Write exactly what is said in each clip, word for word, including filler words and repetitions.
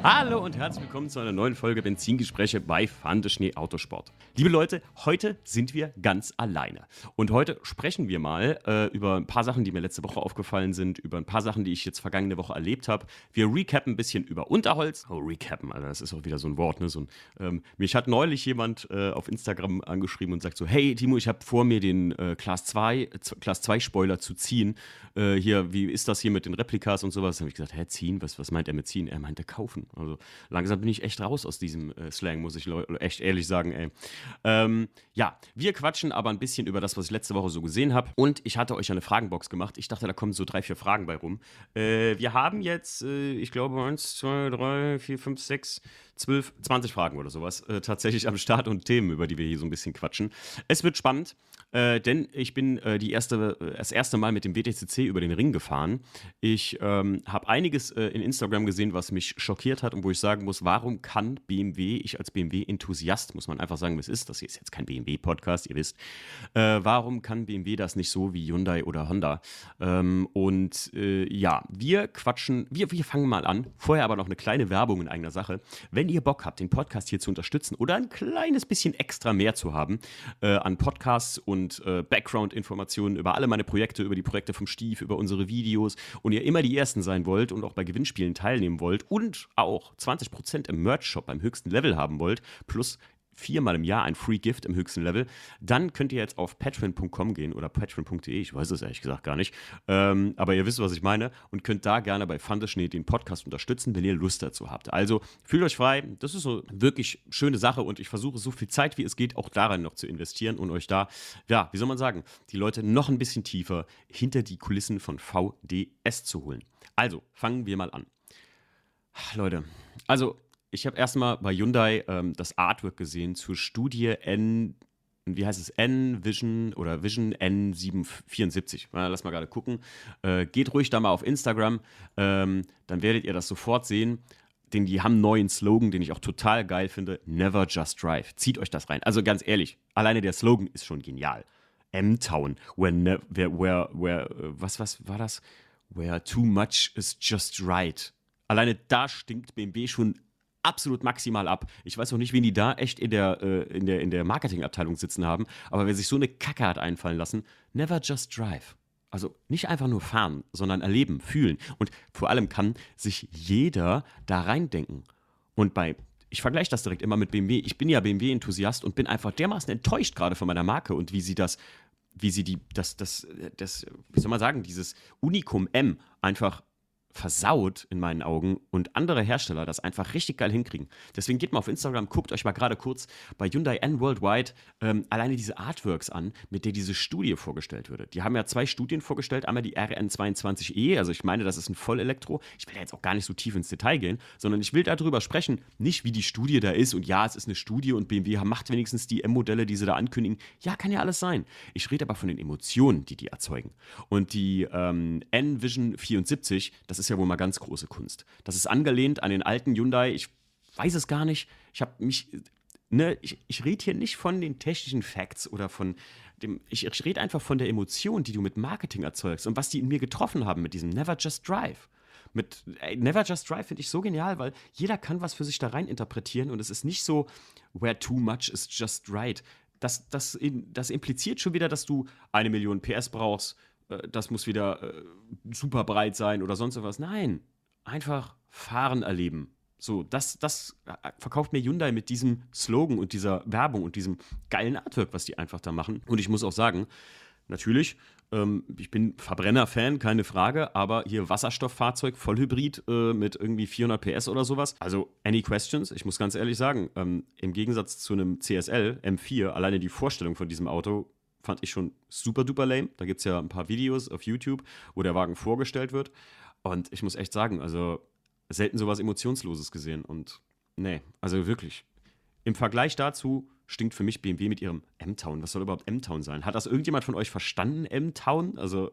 Hallo und herzlich willkommen zu einer neuen Folge Benzingespräche bei Fahrendes Schnee Autosport. Liebe Leute, heute sind wir ganz alleine. Und heute sprechen wir mal äh, über ein paar Sachen, die mir letzte Woche aufgefallen sind, über ein paar Sachen, die ich jetzt vergangene Woche erlebt habe. Wir recappen ein bisschen über Unterholz. Oh, recappen, Alter, das ist auch wieder so ein Wort. Ne? So ein, ähm, mich hat neulich jemand äh, auf Instagram angeschrieben und sagt so, hey Timo, ich habe vor mir den äh, Class zwei, Class zwei Spoiler zu ziehen. Äh, hier, wie ist das hier mit den Replikas und sowas? Da habe ich gesagt, hä, ziehen? Was, was meint er mit ziehen? Er meinte kaufen. Also langsam bin ich echt raus aus diesem äh, Slang, muss ich echt ehrlich sagen, ey. Ähm, ja, wir quatschen aber ein bisschen über das, was ich letzte Woche so gesehen habe. Und ich hatte euch eine Fragenbox gemacht. Ich dachte, da kommen so drei, vier Fragen bei rum. Äh, wir haben jetzt, äh, ich glaube, eins, zwei, drei, vier, fünf, sechs, zwölf, zwanzig Fragen oder sowas äh, tatsächlich am Start und Themen, über die wir hier so ein bisschen quatschen. Es wird spannend. Äh, denn ich bin äh, die erste, äh, das erste Mal mit dem W T C C über den Ring gefahren. Ich ähm, habe einiges äh, in Instagram gesehen, was mich schockiert hat und wo ich sagen muss, warum kann B M W, ich als B M W-Enthusiast, muss man einfach sagen, wie es ist, das hier ist jetzt kein B M W-Podcast, ihr wisst, äh, warum kann B M W das nicht so wie Hyundai oder Honda? Ähm, und äh, ja, wir quatschen, wir, wir fangen mal an, vorher aber noch eine kleine Werbung in eigener Sache. Wenn ihr Bock habt, den Podcast hier zu unterstützen oder ein kleines bisschen extra mehr zu haben äh, an Podcasts und und äh, Background-Informationen über alle meine Projekte, über die Projekte vom Stief, über unsere Videos und ihr immer die Ersten sein wollt und auch bei Gewinnspielen teilnehmen wollt und auch zwanzig Prozent im Merch-Shop beim höchsten Level haben wollt, plus viermal im Jahr ein Free Gift im höchsten Level, dann könnt ihr jetzt auf patreon punkt com gehen oder patreon punkt de, ich weiß es ehrlich gesagt gar nicht, ähm, aber ihr wisst, was ich meine und könnt da gerne bei Fahrendes Schnee den Podcast unterstützen, wenn ihr Lust dazu habt. Also fühlt euch frei, das ist so wirklich schöne Sache und ich versuche so viel Zeit wie es geht auch daran noch zu investieren und euch da, ja, wie soll man sagen, die Leute noch ein bisschen tiefer hinter die Kulissen von V D S zu holen. Also, fangen wir mal an. Leute, also ich habe erstmal bei Hyundai ähm, das Artwork gesehen zur Studie N, wie heißt es, N-Vision oder Vision N siebenhundertvierundsiebzig. Ja, lass mal gerade gucken. Äh, geht ruhig da mal auf Instagram, ähm, dann werdet ihr das sofort sehen. Denn die haben einen neuen Slogan, den ich auch total geil finde. Never just drive. Zieht euch das rein. Also ganz ehrlich, alleine der Slogan ist schon genial. M-Town, where, ne, where, where, where, was, was war das? Where too much is just right. Alleine da stinkt B M W schon absolut maximal ab. Ich weiß auch nicht, wen die da echt in der, äh, in der, in der Marketingabteilung sitzen haben, aber wer sich so eine Kacke hat einfallen lassen, never just drive. Also nicht einfach nur fahren, sondern erleben, fühlen. Und vor allem kann sich jeder da reindenken. Und bei, ich vergleiche das direkt immer mit B M W, ich bin ja B M W-Enthusiast und bin einfach dermaßen enttäuscht gerade von meiner Marke und wie sie das, wie sie die, das, das, das, wie soll man sagen, dieses Unikum M einfach versaut in meinen Augen und andere Hersteller das einfach richtig geil hinkriegen. Deswegen geht mal auf Instagram, guckt euch mal gerade kurz bei Hyundai N Worldwide ähm, alleine diese Artworks an, mit der diese Studie vorgestellt wurde. Die haben ja zwei Studien vorgestellt, einmal die R N zweiundzwanzig E, also ich meine, das ist ein Vollelektro. Ich will da jetzt auch gar nicht so tief ins Detail gehen, sondern ich will darüber sprechen, nicht wie die Studie da ist und ja, es ist eine Studie und B M W macht wenigstens die M-Modelle, die sie da ankündigen. Ja, kann ja alles sein. Ich rede aber von den Emotionen, die die erzeugen. Und die ähm, N-Vision vierundsiebzig, das ist ist ja wohl mal ganz große Kunst. Das ist angelehnt an den alten Hyundai, ich weiß es gar nicht, ich habe mich, ne, ich, ich rede hier nicht von den technischen Facts oder von dem, ich, ich rede einfach von der Emotion, die du mit Marketing erzeugst und was die in mir getroffen haben mit diesem Never Just Drive. Mit ey, Never Just Drive finde ich so genial, weil jeder kann was für sich da rein interpretieren und es ist nicht so, where too much is just right. Das, das, das impliziert schon wieder, dass du eine Million P S brauchst, das muss wieder äh, super breit sein oder sonst was. Nein, einfach fahren erleben. So, das, das verkauft mir Hyundai mit diesem Slogan und dieser Werbung und diesem geilen Artwork, was die einfach da machen. Und ich muss auch sagen, natürlich, ähm, ich bin Verbrenner-Fan, keine Frage, aber hier Wasserstofffahrzeug, Vollhybrid äh, mit irgendwie vierhundert P S oder sowas. Also, any questions? Ich muss ganz ehrlich sagen, ähm, im Gegensatz zu einem C S L M vier, alleine die Vorstellung von diesem Auto fand ich schon super duper lame. Da gibt es ja ein paar Videos auf YouTube, wo der Wagen vorgestellt wird. Und ich muss echt sagen, also selten sowas Emotionsloses gesehen. Und nee, also wirklich. Im Vergleich dazu stinkt für mich B M W mit ihrem M-Town. Was soll überhaupt M-Town sein? Hat das irgendjemand von euch verstanden, M-Town? Also,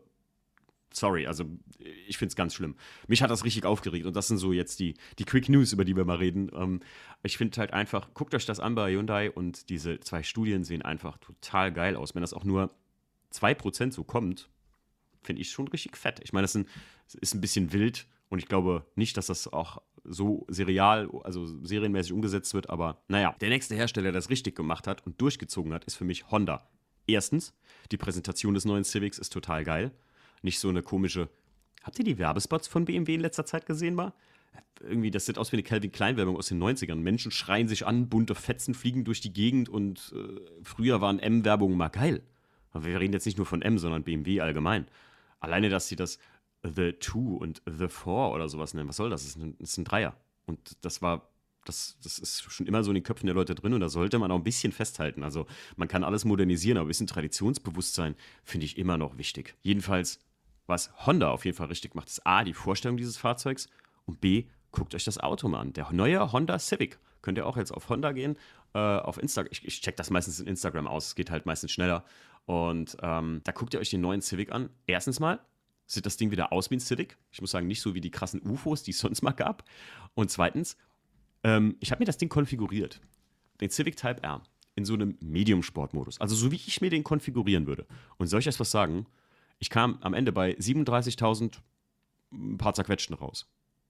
sorry, also ich finde es ganz schlimm. Mich hat das richtig aufgeregt und das sind so jetzt die, die Quick News, über die wir mal reden. Ähm, ich finde halt einfach, guckt euch das an bei Hyundai und diese zwei Studien sehen einfach total geil aus. Wenn das auch nur zwei Prozent so kommt, finde ich schon richtig fett. Ich meine, das, sind, das ist ein bisschen wild Und ich glaube nicht, dass das auch so serial, also serienmäßig umgesetzt wird, aber naja, der nächste Hersteller, der das richtig gemacht hat und durchgezogen hat, ist für mich Honda. Erstens, die Präsentation des neuen Civics ist total geil. Nicht so eine komische. Habt ihr die Werbespots von B M W in letzter Zeit gesehen mal? Irgendwie, das sieht aus wie eine Calvin Klein-Werbung aus den neunzigern. Menschen schreien sich an, bunte Fetzen fliegen durch die Gegend und äh, früher waren M-Werbungen mal geil. Aber wir reden jetzt nicht nur von M, sondern B M W allgemein. Alleine, dass sie das The Two und The Four oder sowas nennen. Was soll das? Das ist ein, das ist ein Dreier. Und das war, das, das ist schon immer so in den Köpfen der Leute drin und da sollte man auch ein bisschen festhalten. Also man kann alles modernisieren, aber ein bisschen Traditionsbewusstsein finde ich immer noch wichtig. Jedenfalls, was Honda auf jeden Fall richtig macht, ist A, die Vorstellung dieses Fahrzeugs und B, guckt euch das Auto mal an. Der neue Honda Civic. Könnt ihr auch jetzt auf Honda gehen, äh, auf Instagram. Ich, ich check das meistens in Instagram aus. Es geht halt meistens schneller. Und ähm, da guckt ihr euch den neuen Civic an. Erstens mal sieht das Ding wieder aus wie ein Civic. Ich muss sagen, nicht so wie die krassen U F Os, die es sonst mal gab. Und zweitens, ähm, ich habe mir das Ding konfiguriert. Den Civic Type R in so einem Medium-Sport-Modus. Also so wie ich mir den konfigurieren würde. Und soll ich euch was sagen? Ich kam am Ende bei siebenunddreißigtausend ein paar zerquetschten raus.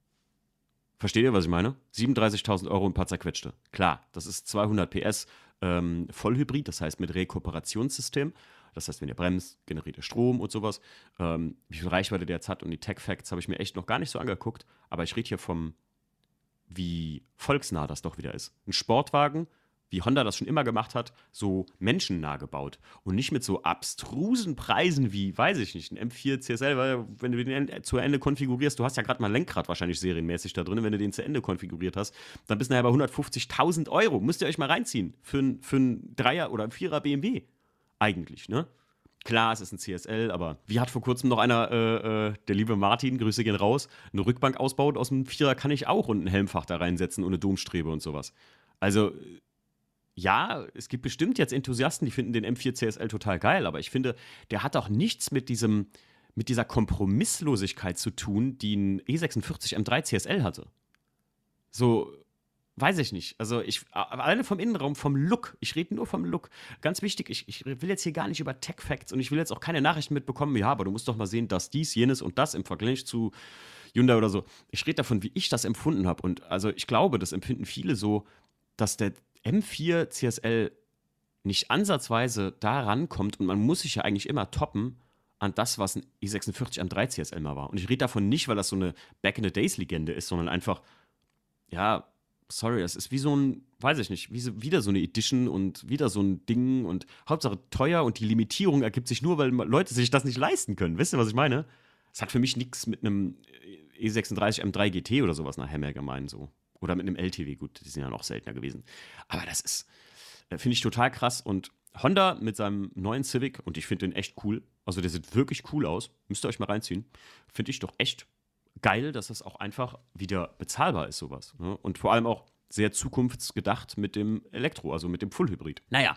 Versteht ihr, was ich meine? siebenunddreißigtausend Euro ein paar zerquetschte. Klar, das ist zweihundert P S ähm, Vollhybrid, das heißt mit Rekuperationssystem. Das heißt, wenn ihr bremst, generiert ihr Strom und sowas. Ähm, wie viel Reichweite der jetzt hat und die Tech-Facts habe ich mir echt noch gar nicht so angeguckt. Aber ich rede hier vom, wie volksnah das doch wieder ist. Ein Sportwagen, wie Honda das schon immer gemacht hat, so menschennah gebaut. Und nicht mit so abstrusen Preisen wie, weiß ich nicht, ein M vier C S L, weil wenn du den zu Ende konfigurierst, du hast ja gerade mal Lenkrad wahrscheinlich serienmäßig da drin, wenn du den zu Ende konfiguriert hast, dann bist du nachher bei hundertfünfzigtausend Euro. Müsst ihr euch mal reinziehen für einen für ein Dreier- oder Vierer B M W. Eigentlich, ne? Klar, es ist ein C S L, aber wie hat vor kurzem noch einer, äh, äh, der liebe Martin, Grüße gehen raus, eine Rückbank ausbaut, aus dem Vierer kann ich auch und ein Helmfach da reinsetzen und eine Domstrebe und sowas. Also, ja, es gibt bestimmt jetzt Enthusiasten, die finden den M vier C S L total geil, aber ich finde, der hat auch nichts mit diesem, mit dieser Kompromisslosigkeit zu tun, die ein E sechsundvierzig M drei C S L hatte. So, weiß ich nicht. Also ich, alleine vom Innenraum, vom Look, ich rede nur vom Look. Ganz wichtig, ich, ich will jetzt hier gar nicht über Tech-Facts und ich will jetzt auch keine Nachrichten mitbekommen, ja, aber du musst doch mal sehen, dass dies, jenes und das im Vergleich zu Hyundai oder so. Ich rede davon, wie ich das empfunden habe und also ich glaube, das empfinden viele so, dass der M vier C S L nicht ansatzweise da rankommt und man muss sich ja eigentlich immer toppen an das, was ein E sechsundvierzig M drei C S L mal war. Und ich rede davon nicht, weil das so eine Back-in-the-Days-Legende ist, sondern einfach, ja, sorry, das ist wie so ein, weiß ich nicht, wie so, wieder so eine Edition und wieder so ein Ding und Hauptsache teuer und die Limitierung ergibt sich nur, weil Leute sich das nicht leisten können. Wisst ihr, was ich meine? Es hat für mich nichts mit einem E sechsunddreißig M drei G T oder sowas nachher mehr gemeint, so. Oder mit einem L T W, gut, die sind ja noch seltener gewesen. Aber das ist, finde ich total krass. Und Honda mit seinem neuen Civic, und ich finde den echt cool, also der sieht wirklich cool aus, müsst ihr euch mal reinziehen, finde ich doch echt geil, dass das auch einfach wieder bezahlbar ist, sowas. Ne? Und vor allem auch sehr zukunftsgedacht mit dem Elektro, also mit dem Full-Hybrid. Naja,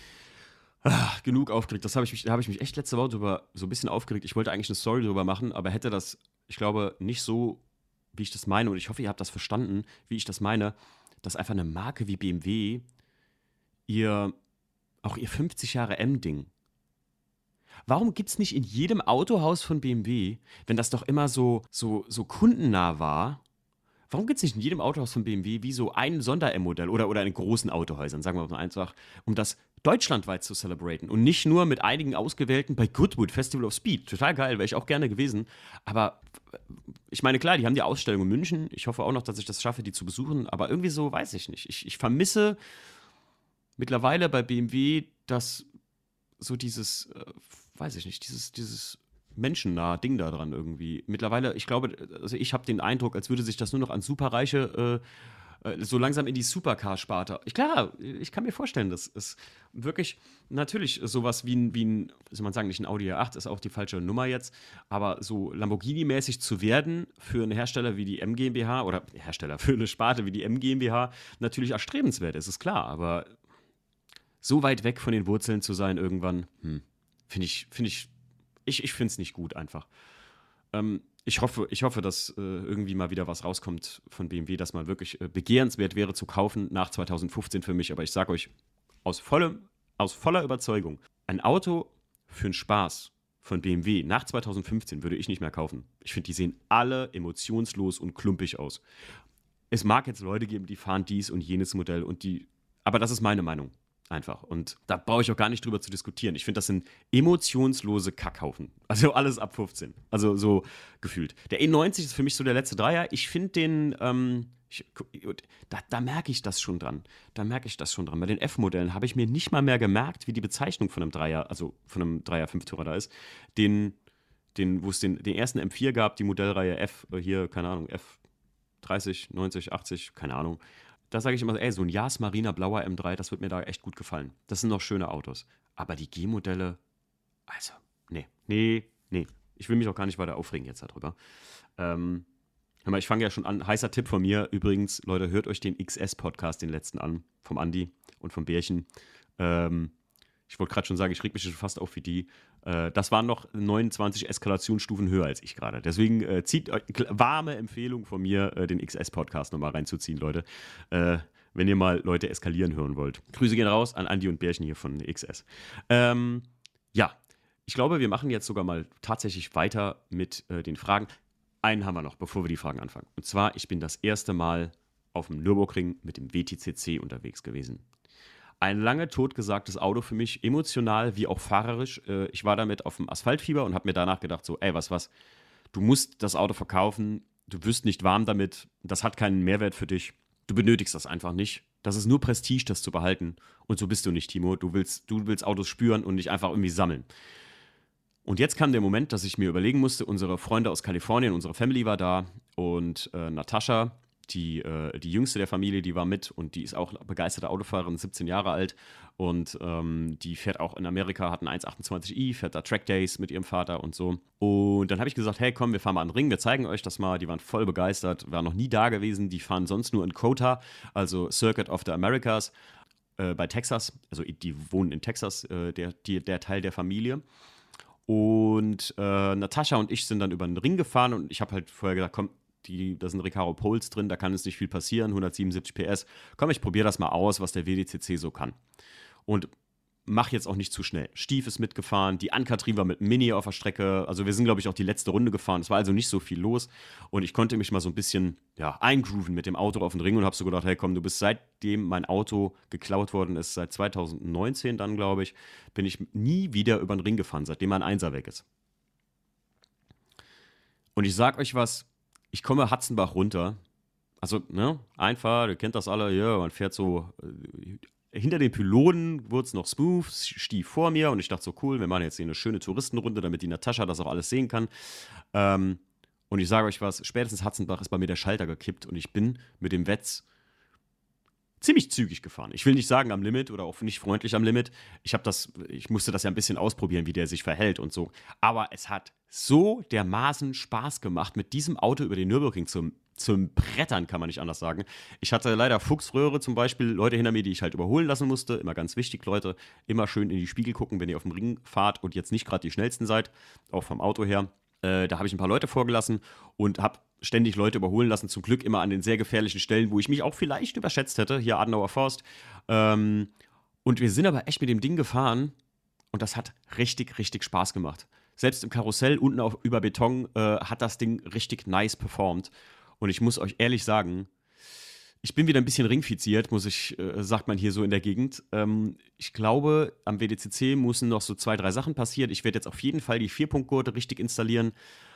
ah, genug aufgeregt. Das habe ich mich, da habe ich mich echt letzte Woche drüber so ein bisschen aufgeregt. Ich wollte eigentlich eine Story drüber machen, aber hätte das, ich glaube, nicht so, wie ich das meine, und ich hoffe, ihr habt das verstanden, wie ich das meine, dass einfach eine Marke wie B M W ihr, auch ihr fünfzig Jahre M-Ding, warum gibt es nicht in jedem Autohaus von B M W, wenn das doch immer so, so, so kundennah war, warum gibt es nicht in jedem Autohaus von B M W wie so ein Sonder-M-Modell oder, oder in großen Autohäusern, sagen wir mal einfach, um das deutschlandweit zu celebraten und nicht nur mit einigen ausgewählten bei Goodwood Festival of Speed. Total geil, wäre ich auch gerne gewesen. Aber ich meine, klar, die haben die Ausstellung in München. Ich hoffe auch noch, dass ich das schaffe, die zu besuchen. Aber irgendwie so, weiß ich nicht. Ich, ich vermisse mittlerweile bei B M W, dass so dieses, äh, weiß ich nicht, dieses, dieses menschennahe Ding da dran irgendwie. Mittlerweile, ich glaube, also ich habe den Eindruck, als würde sich das nur noch an Superreiche äh, äh, so langsam in die Supercar-Sparte. Ich, klar, ich kann mir vorstellen, dass es wirklich, natürlich sowas wie ein, wie ein, soll man sagen, nicht ein Audi A acht, ist auch die falsche Nummer jetzt, aber so Lamborghini-mäßig zu werden für einen Hersteller wie die M GmbH oder Hersteller für eine Sparte wie die M GmbH natürlich erstrebenswert ist, ist klar, aber so weit weg von den Wurzeln zu sein irgendwann, hm, finde ich, finde ich, ich, ich finde es nicht gut einfach. Ähm, ich hoffe, ich hoffe, dass äh, irgendwie mal wieder was rauskommt von B M W, das mal wirklich äh, begehrenswert wäre zu kaufen nach zweitausendfünfzehn für mich. Aber ich sage euch aus, vollem, aus voller Überzeugung, ein Auto für einen Spaß von B M W nach zweitausendfünfzehn würde ich nicht mehr kaufen. Ich finde, die sehen alle emotionslos und klumpig aus. Es mag jetzt Leute geben, die fahren dies und jenes Modell und die, aber das ist meine Meinung. Einfach. Und da brauche ich auch gar nicht drüber zu diskutieren. Ich finde, das sind emotionslose Kackhaufen. Also alles ab fünfzehn. Also so gefühlt. Der E neunzig ist für mich so der letzte Dreier. Ich finde den, ähm, ich, da, da merke ich das schon dran. Da merke ich das schon dran. Bei den F-Modellen habe ich mir nicht mal mehr gemerkt, wie die Bezeichnung von einem Dreier, also von einem Dreier-Fünftürer da ist. Den, den, wo es den, den ersten M vier gab, die Modellreihe F, hier, keine Ahnung, F dreißig, neunzig, achtzig, keine Ahnung. Da sage ich immer, ey, so ein Yas Marina blauer M drei, das wird mir da echt gut gefallen. Das sind noch schöne Autos. Aber die G-Modelle, also, nee, nee, nee. Ich will mich auch gar nicht weiter aufregen jetzt darüber. Ähm, hör mal, ich fange ja schon an. Heißer Tipp von mir übrigens, Leute, hört euch den X S-Podcast, den letzten an, vom Andi und vom Bärchen. Ähm, ich wollte gerade schon sagen, ich reg mich schon fast auf wie die. Äh, das waren noch neunundzwanzig Eskalationsstufen höher als ich gerade. Deswegen äh, zieht euch, warme Empfehlung von mir, äh, den X S-Podcast nochmal reinzuziehen, Leute. Äh, wenn ihr mal Leute eskalieren hören wollt. Grüße gehen raus an Andi und Bärchen hier von X S. Ähm, ja, ich glaube, wir machen jetzt sogar mal tatsächlich weiter mit äh, den Fragen. Einen haben wir noch, bevor wir die Fragen anfangen. Und zwar, ich bin das erste Mal auf dem Nürburgring mit dem W T C C unterwegs gewesen. Ein lange totgesagtes Auto für mich, emotional wie auch fahrerisch. Ich war damit auf dem Asphaltfieber und habe mir danach gedacht, so, ey, was, was, du musst das Auto verkaufen, du wirst nicht warm damit, das hat keinen Mehrwert für dich, du benötigst das einfach nicht. Das ist nur Prestige, das zu behalten. Und so bist du nicht, Timo. Du willst, du willst Autos spüren und nicht einfach irgendwie sammeln. Und jetzt kam der Moment, dass ich mir überlegen musste, unsere Freunde aus Kalifornien, unsere Family war da und äh, Natascha, Die, äh, die jüngste der Familie, die war mit und die ist auch begeisterte Autofahrerin, siebzehn Jahre alt und ähm, die fährt auch in Amerika, hat einen eins achtundzwanzig i, fährt da Trackdays mit ihrem Vater und so. Und dann habe ich gesagt, hey komm, wir fahren mal an den Ring, wir zeigen euch das mal. Die waren voll begeistert, waren noch nie da gewesen, die fahren sonst nur in COTA, also Circuit of the Americas, äh, bei Texas, also die wohnen in Texas, äh, der, die, der Teil der Familie. Und äh, Natascha und ich sind dann über den Ring gefahren und ich habe halt vorher gesagt, komm, Die, da sind Recaro Poles drin, da kann es nicht viel passieren, hundertsiebenundsiebzig P S. Komm, ich probiere das mal aus, was der W D C C so kann. Und mach jetzt auch nicht zu schnell. Stief ist mitgefahren, die Ankatrin war mit Mini auf der Strecke, also wir sind, glaube ich, auch die letzte Runde gefahren. Es war also nicht so viel los und ich konnte mich mal so ein bisschen ja, eingrooven mit dem Auto auf den Ring und habe so gedacht, hey komm, du bist seitdem mein Auto geklaut worden ist, seit zweitausendneunzehn dann, glaube ich, bin ich nie wieder über den Ring gefahren, seitdem mein Einser weg ist. Und ich sag euch was, ich komme Hatzenbach runter, also, ne, einfach, ihr kennt das alle, ja, man fährt so, äh, hinter den Pylonen wurde es noch smooth, Stief vor mir und ich dachte so, cool, wir machen jetzt hier eine schöne Touristenrunde, damit die Natascha das auch alles sehen kann. Ähm, und ich sage euch was, spätestens Hatzenbach ist bei mir der Schalter gekippt und ich bin mit dem Wetz ziemlich zügig gefahren. Ich will nicht sagen am Limit oder auch nicht freundlich am Limit. Ich habe das, ich musste das ja ein bisschen ausprobieren, wie der sich verhält und so. Aber es hat so dermaßen Spaß gemacht, mit diesem Auto über den Nürburgring zu, zum Brettern, kann man nicht anders sagen. Ich hatte leider Fuchsröhre zum Beispiel, Leute hinter mir, die ich halt überholen lassen musste. Immer ganz wichtig, Leute, immer schön in die Spiegel gucken, wenn ihr auf dem Ring fahrt und jetzt nicht gerade die schnellsten seid, auch vom Auto her. Äh, da habe ich ein paar Leute vorgelassen und habe ständig Leute überholen lassen, zum Glück immer an den sehr gefährlichen Stellen, wo ich mich auch vielleicht überschätzt hätte, hier Adenauer Forst. Ähm, und wir sind aber echt mit dem Ding gefahren und das hat richtig, richtig Spaß gemacht. Selbst im Karussell unten auf, über Beton äh, hat das Ding richtig nice performt. Und ich muss euch ehrlich sagen, ich bin wieder ein bisschen ringfiziert, muss ich, äh, sagt man hier so in der Gegend. Ähm, ich glaube, am W D C C müssen noch so zwei, drei Sachen passieren. Ich werde jetzt auf jeden Fall die Vier-Punkt-Gurte richtig installieren.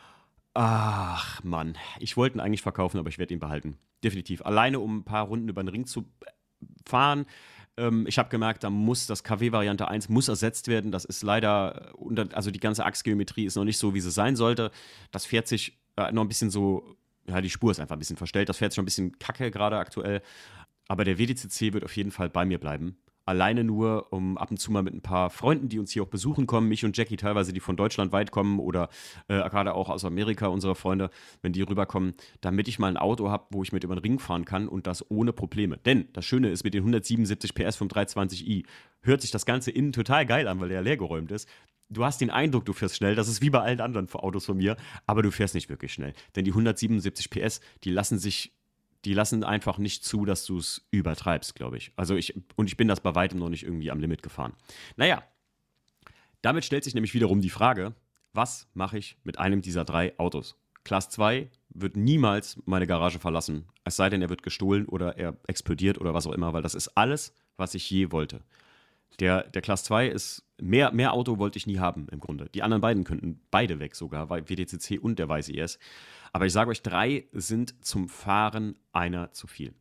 Ach, Mann. Ich wollte ihn eigentlich verkaufen, aber ich werde ihn behalten. Definitiv. Alleine, um ein paar Runden über den Ring zu fahren. Ähm, ich habe gemerkt, da muss das K W-Variante eins muss ersetzt werden. Das ist leider, unter, also die ganze Achsgeometrie ist noch nicht so, wie sie sein sollte. Das fährt sich äh, noch ein bisschen so, ja, die Spur ist einfach ein bisschen verstellt. Das fährt sich schon ein bisschen kacke gerade aktuell. Aber der W D C C wird auf jeden Fall bei mir bleiben. Alleine nur, um ab und zu mal mit ein paar Freunden, die uns hier auch besuchen kommen, mich und Jackie teilweise, die von Deutschland weit kommen oder äh, gerade auch aus Amerika, unsere Freunde, wenn die rüberkommen, damit ich mal ein Auto habe, wo ich mit über den Ring fahren kann und das ohne Probleme. Denn das Schöne ist, mit den hundertsiebenundsiebzig P S vom dreihundertzwanzig i hört sich das Ganze innen total geil an, weil der leergeräumt ist. Du hast den Eindruck, du fährst schnell, das ist wie bei allen anderen Autos von mir, aber du fährst nicht wirklich schnell. Denn die hundertsiebenundsiebzig P S, die lassen sich Die lassen einfach nicht zu, dass du es übertreibst, glaube ich. Also ich, und ich bin das bei weitem noch nicht irgendwie am Limit gefahren. Naja, damit stellt sich nämlich wiederum die Frage, Was mache ich mit einem dieser drei Autos? Class zwei wird niemals meine Garage verlassen, es sei denn, er wird gestohlen oder er explodiert oder was auch immer, weil das ist alles, was ich je wollte. Der, der Class zwei ist, mehr, mehr Auto wollte ich nie haben im Grunde. Die anderen beiden könnten beide weg sogar, weil W D C C und der weiße I S. Aber ich sage euch, drei sind zum Fahren einer zu viel.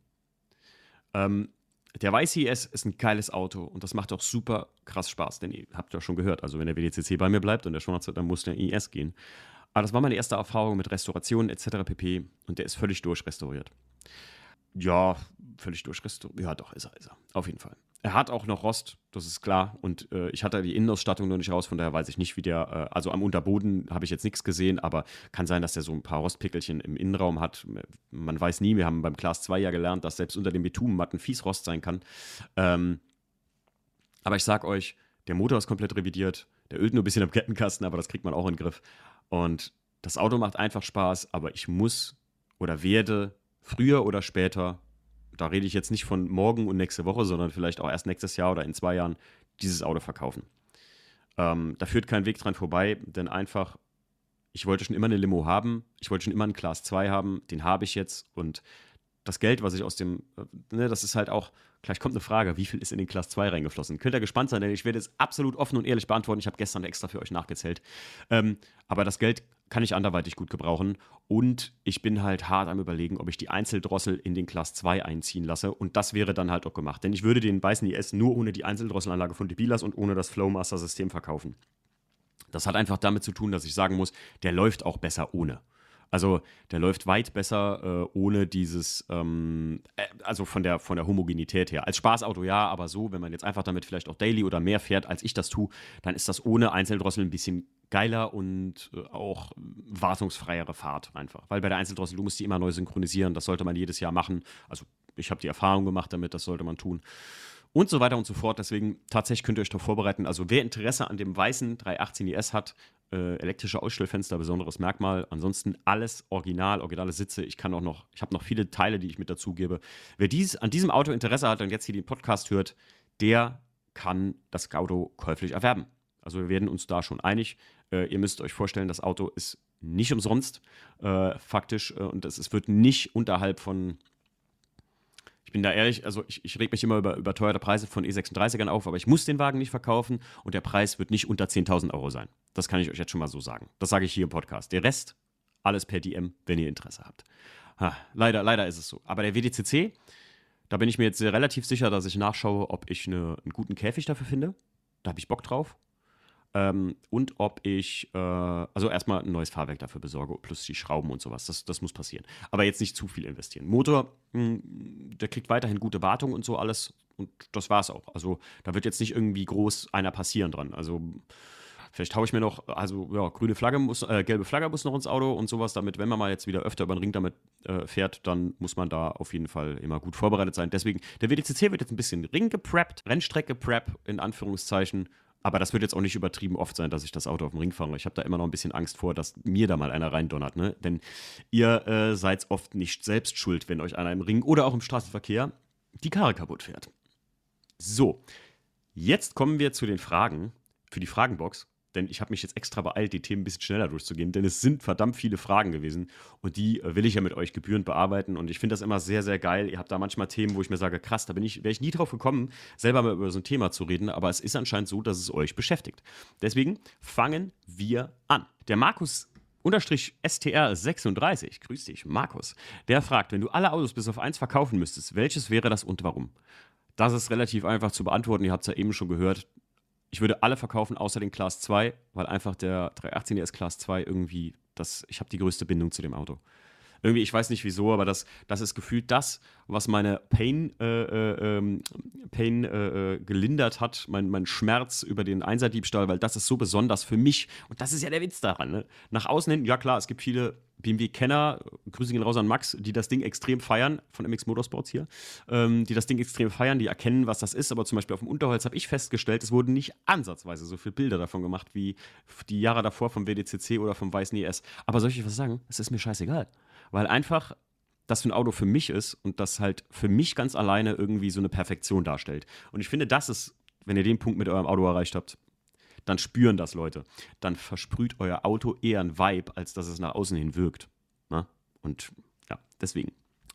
Ähm, der weiße I S ist ein geiles Auto und das macht auch super krass Spaß, denn ihr habt ja schon gehört, also wenn der W D C C bei mir bleibt und der schon hat, dann muss der I S gehen. Aber das war meine erste Erfahrung mit Restauration et cetera pp. Und der ist völlig durchrestauriert. Ja, völlig durchrestauriert. Ja, doch, ist er, ist er. Auf jeden Fall. Er hat auch noch Rost, das ist klar. Und äh, ich hatte die Innenausstattung noch nicht raus, von daher weiß ich nicht, wie der, äh, also am Unterboden habe ich jetzt nichts gesehen, aber kann sein, dass der so ein paar Rostpickelchen im Innenraum hat. Man weiß nie, wir haben beim Class zwei ja gelernt, dass selbst unter den Bitumenmatten fies Rost sein kann. Ähm, aber ich sag euch, der Motor ist komplett revidiert, der ölt nur ein bisschen am Kettenkasten, aber das kriegt man auch in den Griff. Und das Auto macht einfach Spaß, aber ich muss oder werde früher oder später, da rede ich jetzt nicht von morgen und nächste Woche, sondern vielleicht auch erst nächstes Jahr oder in zwei Jahren, dieses Auto verkaufen. Ähm, da führt kein Weg dran vorbei, denn einfach, ich wollte schon immer eine Limo haben, ich wollte schon immer einen Class zwei haben, den habe ich jetzt und das Geld, was ich aus dem, ne, das ist halt auch, gleich kommt eine Frage, wie viel ist in den Class zwei reingeflossen? Könnt ihr gespannt sein, denn ich werde es absolut offen und ehrlich beantworten. Ich habe gestern extra für euch nachgezählt. Ähm, aber das Geld kann ich anderweitig gut gebrauchen und ich bin halt hart am Überlegen, ob ich die Einzeldrossel in den Class zwei einziehen lasse und das wäre dann halt auch gemacht. Denn ich würde den weißen I S nur ohne die Einzeldrosselanlage von Debilas und ohne das Flowmaster-System verkaufen. Das hat einfach damit zu tun, dass ich sagen muss, der läuft auch besser ohne. Also der läuft weit besser äh, ohne dieses, ähm, äh, also von der, von der Homogenität her. Als Spaßauto ja, aber so, wenn man jetzt einfach damit vielleicht auch Daily oder mehr fährt, als ich das tue, dann ist das ohne Einzeldrossel ein bisschen geiler und äh, auch wartungsfreiere Fahrt einfach. Weil bei der Einzeldrossel, du musst die immer neu synchronisieren, das sollte man jedes Jahr machen. Also ich habe die Erfahrung gemacht damit, das sollte man tun. Und so weiter und so fort. Deswegen tatsächlich könnt ihr euch darauf vorbereiten. Also wer Interesse an dem weißen dreihundertachtzehn I S hat, äh, elektrische Ausstellfenster, besonderes Merkmal. Ansonsten alles original, originale Sitze. Ich kann auch noch, ich habe noch viele Teile, die ich mit dazu gebe. Wer dies, an diesem Auto Interesse hat und jetzt hier den Podcast hört, der kann das Auto käuflich erwerben. Also wir werden uns da schon einig. Äh, ihr müsst euch vorstellen, das Auto ist nicht umsonst, äh, faktisch. Äh, und es, es wird nicht unterhalb von, ich bin da ehrlich, also ich, ich reg mich immer über überteuerte Preise von E sechsunddreißigern auf, aber ich muss den Wagen nicht verkaufen und der Preis wird nicht unter zehntausend Euro sein. Das kann ich euch jetzt schon mal so sagen. Das sage ich hier im Podcast. Der Rest, alles per D M, wenn ihr Interesse habt. Ha, leider, leider ist es so. Aber der W D C C, da bin ich mir jetzt relativ sicher, dass ich nachschaue, ob ich eine, einen guten Käfig dafür finde. Da habe ich Bock drauf. Ähm, und ob ich, äh, also erstmal ein neues Fahrwerk dafür besorge, plus die Schrauben und sowas. Das, das muss passieren. Aber jetzt nicht zu viel investieren. Motor, mh, der kriegt weiterhin gute Wartung und so alles. Und das war's auch. Also da wird jetzt nicht irgendwie groß einer passieren dran. Also vielleicht haue ich mir noch, also ja, grüne Flagge muss, äh, gelbe Flagge muss noch ins Auto und sowas, damit, wenn man mal jetzt wieder öfter über den Ring damit äh, fährt, dann muss man da auf jeden Fall immer gut vorbereitet sein. Deswegen, der W D C C wird jetzt ein bisschen Ring gepreppt, Rennstrecke prep in Anführungszeichen. Aber das wird jetzt auch nicht übertrieben oft sein, dass ich das Auto auf dem Ring fahre. Ich habe da immer noch ein bisschen Angst vor, dass mir da mal einer reindonnert. Ne? Denn ihr äh, seid oft nicht selbst schuld, wenn euch einer im Ring oder auch im Straßenverkehr die Karre kaputt fährt. So, jetzt kommen wir zu den Fragen für die Fragenbox. Denn ich habe mich jetzt extra beeilt, die Themen ein bisschen schneller durchzugehen, denn es sind verdammt viele Fragen gewesen und die äh, will ich ja mit euch gebührend bearbeiten und ich finde das immer sehr, sehr geil. Ihr habt da manchmal Themen, wo ich mir sage, krass, da bin ich, wäre ich nie drauf gekommen, selber mal über so ein Thema zu reden, aber es ist anscheinend so, dass es euch beschäftigt. Deswegen fangen wir an. Der Markus Unterstrich S T R sechsunddreißig, grüß dich, Markus, der fragt, wenn du alle Autos bis auf eins verkaufen müsstest, welches wäre das und warum? Das ist relativ einfach zu beantworten, ihr habt es ja eben schon gehört. Ich würde alle verkaufen, außer den Class zwei, weil einfach der dreihundertachtzehn I S Class zwei irgendwie, das, ich habe die größte Bindung zu dem Auto. Irgendwie, ich weiß nicht wieso, aber das, das ist gefühlt das, was meine Pain, äh, äh, ähm, Pain äh, gelindert hat, mein, mein Schmerz über den Einser-Diebstahl, weil das ist so besonders für mich. Und das ist ja der Witz daran. Ne? Nach außen hin, ja klar, es gibt viele B M W-Kenner, Grüße gehen raus an Max, die das Ding extrem feiern, von M X Motorsports hier, ähm, die das Ding extrem feiern, die erkennen, was das ist. Aber zum Beispiel auf dem Unterholz habe ich festgestellt, es wurden nicht ansatzweise so viele Bilder davon gemacht, wie die Jahre davor vom W D C C oder vom weißen I S. Aber soll ich was sagen? Es ist mir scheißegal. Weil einfach das für ein Auto für mich ist und das halt für mich ganz alleine irgendwie so eine Perfektion darstellt. Und ich finde, das ist, wenn ihr den Punkt mit eurem Auto erreicht habt, dann spüren das Leute. Dann versprüht euer Auto eher ein Vibe, als dass es nach außen hin wirkt. Na? Und ja, deswegen.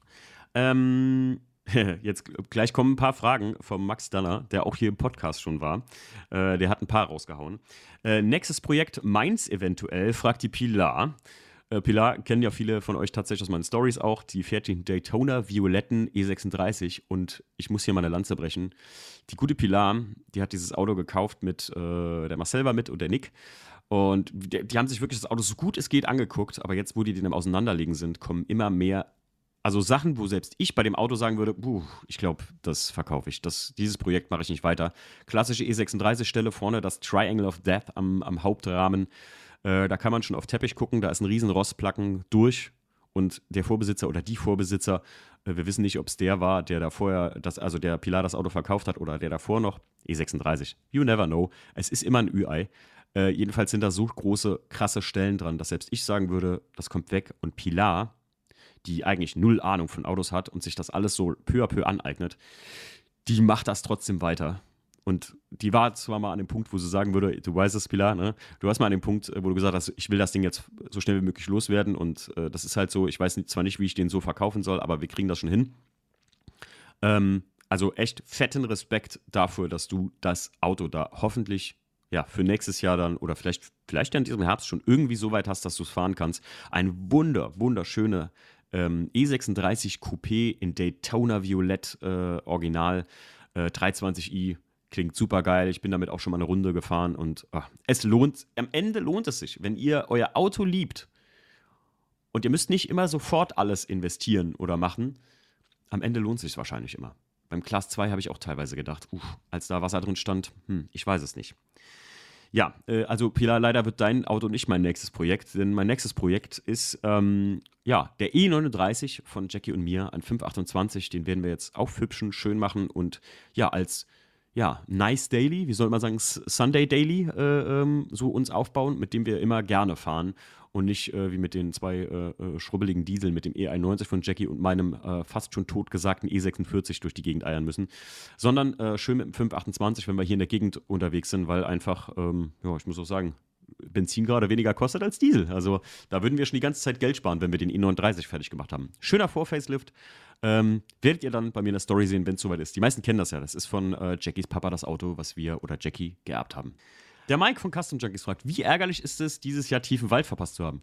Ähm, jetzt gleich kommen ein paar Fragen vom Max Danner, der auch hier im Podcast schon war. Äh, der hat ein paar rausgehauen. Äh, nächstes Projekt, meins eventuell, fragt die Pilar. Äh, Pilar kennen ja viele von euch tatsächlich aus meinen Stories auch. Die fährt den Daytona violetten E sechsunddreißig und ich muss hier mal eine Lanze brechen. Die gute Pilar, die hat dieses Auto gekauft mit, äh, der Marcel war mit und der Nick. Und die, die haben sich wirklich das Auto so gut es geht angeguckt, aber jetzt, wo die den am Auseinanderlegen sind, kommen immer mehr, also Sachen, wo selbst ich bei dem Auto sagen würde, puh, ich glaube, das verkaufe ich. Das, dieses Projekt mache ich nicht weiter. Klassische E sechsunddreißig-Stelle, vorne das Triangle of Death am, am Hauptrahmen. Äh, da kann man schon auf Teppich gucken, da ist ein riesen Rostplacken durch und der Vorbesitzer oder die Vorbesitzer, äh, wir wissen nicht, ob es der war, der da vorher, das, also der Pilar das Auto verkauft hat oder der davor noch, E sechsunddreißig. You never know. Es ist immer ein Ü-Ei. Äh, jedenfalls sind da so große, krasse Stellen dran, dass selbst ich sagen würde, das kommt weg. Und Pilar, die eigentlich null Ahnung von Autos hat und sich das alles so peu à peu aneignet, die macht das trotzdem weiter. Und die war zwar mal an dem Punkt, wo sie sagen würde, du weißt es, Pilar, ne? Du warst mal an dem Punkt, wo du gesagt hast, ich will das Ding jetzt so schnell wie möglich loswerden und äh, das ist halt so, ich weiß nicht, zwar nicht, wie ich den so verkaufen soll, aber wir kriegen das schon hin. Ähm, also echt fetten Respekt dafür, dass du das Auto da hoffentlich ja, für nächstes Jahr dann oder vielleicht, vielleicht ja in diesem Herbst schon irgendwie so weit hast, dass du es fahren kannst. Ein wunder, wunderschöner ähm, E sechsunddreißig Coupé in Daytona Violett äh, Original äh, dreihundertzwanzig i. Klingt super geil. Ich bin damit auch schon mal eine Runde gefahren und ach, es lohnt, am Ende lohnt es sich, wenn ihr euer Auto liebt und ihr müsst nicht immer sofort alles investieren oder machen. Am Ende lohnt es sich wahrscheinlich immer. Beim Class zwei habe ich auch teilweise gedacht, uff, als da Wasser drin stand, hm, ich weiß es nicht. Ja, äh, also Pilar, leider wird dein Auto nicht mein nächstes Projekt, denn mein nächstes Projekt ist ähm, ja, der E neununddreißig von Jackie und mir, ein fünf achtundzwanzig, den werden wir jetzt aufhübschen, schön machen und ja, als ja, Nice Daily, wie soll man sagen, Sunday Daily äh, ähm, so uns aufbauen, mit dem wir immer gerne fahren und nicht äh, wie mit den zwei äh, äh, schrubbeligen Dieseln mit dem E einundneunzig von Jackie und meinem äh, fast schon totgesagten E sechsundvierzig durch die Gegend eiern müssen, sondern äh, schön mit dem fünf achtundzwanzig, wenn wir hier in der Gegend unterwegs sind, weil einfach, ähm, ja, ich muss auch sagen, Benzin gerade weniger kostet als Diesel. Also da würden wir schon die ganze Zeit Geld sparen, wenn wir den E neununddreißig fertig gemacht haben. Schöner Vor-Facelift. Ähm, werdet ihr dann bei mir in der Story sehen, wenn es soweit ist. Die meisten kennen das ja. Das ist von äh, Jackies Papa das Auto, was wir oder Jackie geerbt haben. Der Mike von Custom Junkies fragt, wie ärgerlich ist es, dieses Jahr Tiefen Wald verpasst zu haben?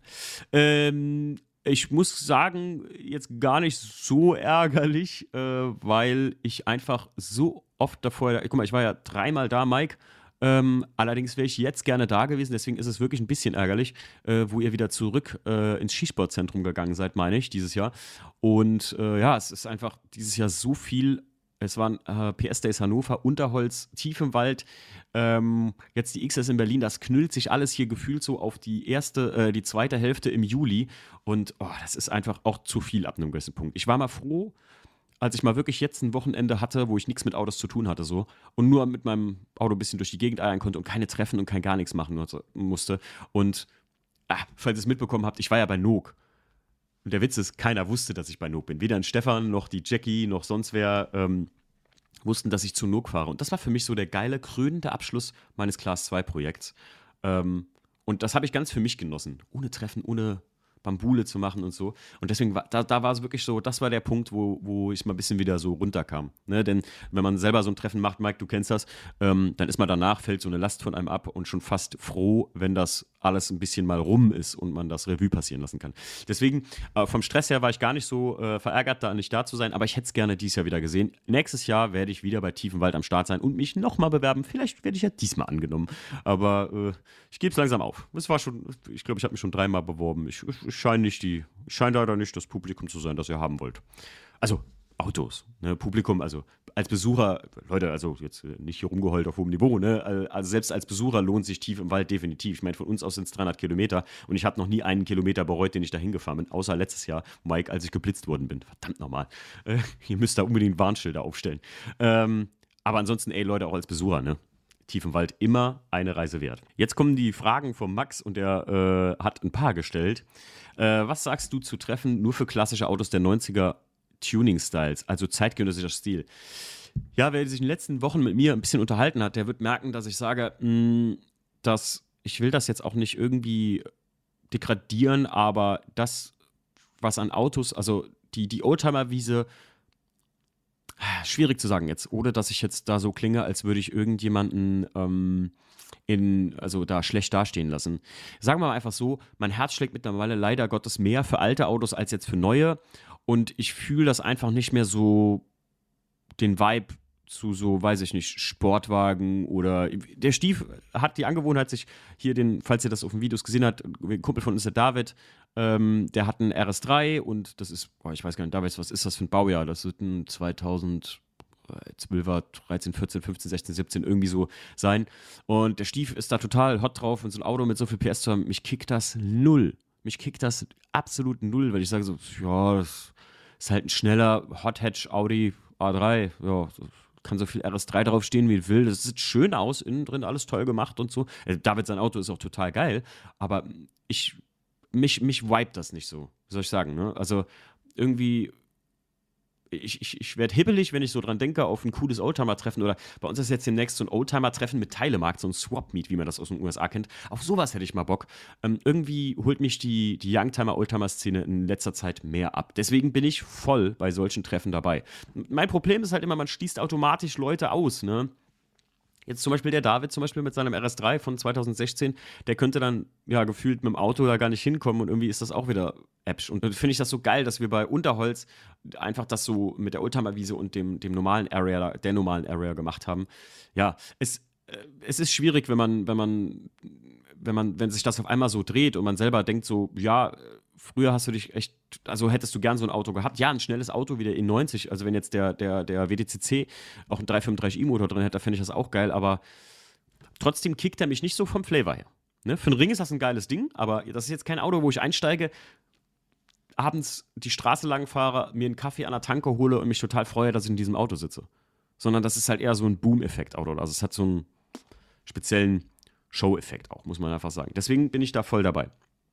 Ähm, ich muss sagen, jetzt gar nicht so ärgerlich, äh, weil ich einfach so oft davor, guck mal, ich war ja dreimal da, Mike. Ähm, allerdings wäre ich jetzt gerne da gewesen, deswegen ist es wirklich ein bisschen ärgerlich, äh, wo ihr wieder zurück äh, ins Skisportzentrum gegangen seid, meine ich, dieses Jahr. Und äh, ja, es ist einfach dieses Jahr so viel. Es waren äh, P S Days Hannover, Unterholz, tief im Wald. Ähm, jetzt die X S in Berlin, das knüllt sich alles hier gefühlt so auf die erste, äh, die zweite Hälfte im Juli. Und oh, das ist einfach auch zu viel ab einem gewissen Punkt. Ich war mal froh, als ich mal wirklich jetzt ein Wochenende hatte, wo ich nichts mit Autos zu tun hatte so und nur mit meinem Auto ein bisschen durch die Gegend eiern konnte und keine Treffen und kein gar nichts machen musste. Und ah, falls ihr es mitbekommen habt, ich war ja bei Nook. Und der Witz ist, keiner wusste, dass ich bei Nook bin. Weder ein Stefan, noch die Jackie, noch sonst wer ähm, wussten, dass ich zu Nook fahre. Und das war für mich so der geile, krönende Abschluss meines Class zwei Projekts. Ähm, und das habe ich ganz für mich genossen. Ohne Treffen, ohne Bambule zu machen und so. Und deswegen, war, da, da war es wirklich so, das war der Punkt, wo, wo ich mal ein bisschen wieder so runterkam. Ne? Denn wenn man selber so ein Treffen macht, Mike, du kennst das, ähm, dann ist man danach, fällt so eine Last von einem ab und schon fast froh, wenn das alles ein bisschen mal rum ist und man das Revue passieren lassen kann. Deswegen, äh, vom Stress her war ich gar nicht so äh, verärgert, da nicht da zu sein, aber ich hätte es gerne dieses Jahr wieder gesehen. Nächstes Jahr werde ich wieder bei Tiefenwald am Start sein und mich nochmal bewerben. Vielleicht werde ich ja diesmal angenommen. Aber äh, ich gebe es langsam auf. Es war schon, ich glaube, ich habe mich schon dreimal beworben. Ich, ich, ich scheine nicht die, ich scheine leider nicht das Publikum zu sein, das ihr haben wollt. Also Autos, ne? Publikum, also als Besucher, Leute, also jetzt nicht hier rumgeheult auf hohem Niveau, ne? Also selbst als Besucher lohnt sich Tief im Wald definitiv. Ich meine, von uns aus sind es dreihundert Kilometer und ich habe noch nie einen Kilometer bereut, den ich da hingefahren bin, außer letztes Jahr, Mike, als ich geblitzt worden bin. Verdammt nochmal. Äh, ihr müsst da unbedingt Warnschilder aufstellen. Ähm, aber ansonsten, ey Leute, auch als Besucher, ne? Tief im Wald immer eine Reise wert. Jetzt kommen die Fragen von Max und der äh, hat ein paar gestellt. Äh, was sagst du zu Treffen nur für klassische Autos der neunziger Tuning-Styles, also zeitgenössischer Stil? Ja, wer sich in den letzten Wochen mit mir ein bisschen unterhalten hat, der wird merken, dass ich sage, mh, dass ich will das jetzt auch nicht irgendwie degradieren, aber das, was an Autos, also die, die Oldtimer-Wiese, schwierig zu sagen jetzt, ohne dass ich jetzt da so klinge, als würde ich irgendjemanden ähm, in, also da schlecht dastehen lassen. Sagen wir mal einfach so, mein Herz schlägt mittlerweile leider Gottes mehr für alte Autos als jetzt für neue und ich fühle das einfach nicht mehr so, den Vibe zu so, weiß ich nicht, Sportwagen oder der Stief hat die Angewohnheit, sich hier den, falls ihr das auf den Videos gesehen habt, ein Kumpel von uns, der David, ähm, der hat einen R S drei und das ist, boah, ich weiß gar nicht, David, was ist das für ein Baujahr? Das wird ein zweitausendzwölfer, dreizehn, vierzehn, fünfzehn, sechzehn, siebzehn irgendwie so sein und der Stief ist da total hot drauf und so ein Auto mit so viel P S zu haben, mich kickt das null. Mich kickt das absolut null, weil ich sage so, ja, das ist halt ein schneller Hot-Hatch Audi A drei, ja, kann so viel R S drei drauf stehen, wie ich will. Das sieht schön aus, innen drin alles toll gemacht und so. Äh, David, sein Auto ist auch total geil, aber ich, mich, mich vibet das nicht so, wie soll ich sagen, ne? Also irgendwie, ich, ich, ich werde hibbelig, wenn ich so dran denke, auf ein cooles Oldtimer-Treffen oder bei uns ist jetzt demnächst so ein Oldtimer-Treffen mit Teilemarkt, so ein Swap-Meet, wie man das aus den U S A kennt. Auf sowas hätte ich mal Bock. Ähm, irgendwie holt mich die, die Youngtimer-Oldtimer-Szene in letzter Zeit mehr ab. Deswegen bin ich voll bei solchen Treffen dabei. Mein Problem ist halt immer, man schließt automatisch Leute aus, ne? Jetzt zum Beispiel der David zum Beispiel mit seinem R S drei von zweitausendsechzehn, der könnte dann ja gefühlt mit dem Auto da gar nicht hinkommen und irgendwie ist das auch wieder Äpsch. Und dann finde ich das so geil, dass wir bei Unterholz einfach das so mit der Oldtimer-Wiese und dem, dem normalen Area, der normalen Area gemacht haben. Ja, es, äh, es ist schwierig, wenn man, wenn man, wenn man, wenn sich das auf einmal so dreht und man selber denkt so, ja, früher hast du dich echt, also hättest du gern so ein Auto gehabt. Ja, ein schnelles Auto wie der E neunzig, also wenn jetzt der, der, der W D C C auch einen dreihundertfünfunddreißig i-Motor drin hätte, fände ich das auch geil, aber trotzdem kickt er mich nicht so vom Flavor her. Ne? Für einen Ring ist das ein geiles Ding, aber das ist jetzt kein Auto, wo ich einsteige, abends die Straße lang fahre, mir einen Kaffee an der Tanke hole und mich total freue, dass ich in diesem Auto sitze. Sondern das ist halt eher so ein Boom-Effekt-Auto. Also es hat so einen speziellen Show-Effekt auch, muss man einfach sagen. Deswegen bin ich da voll dabei.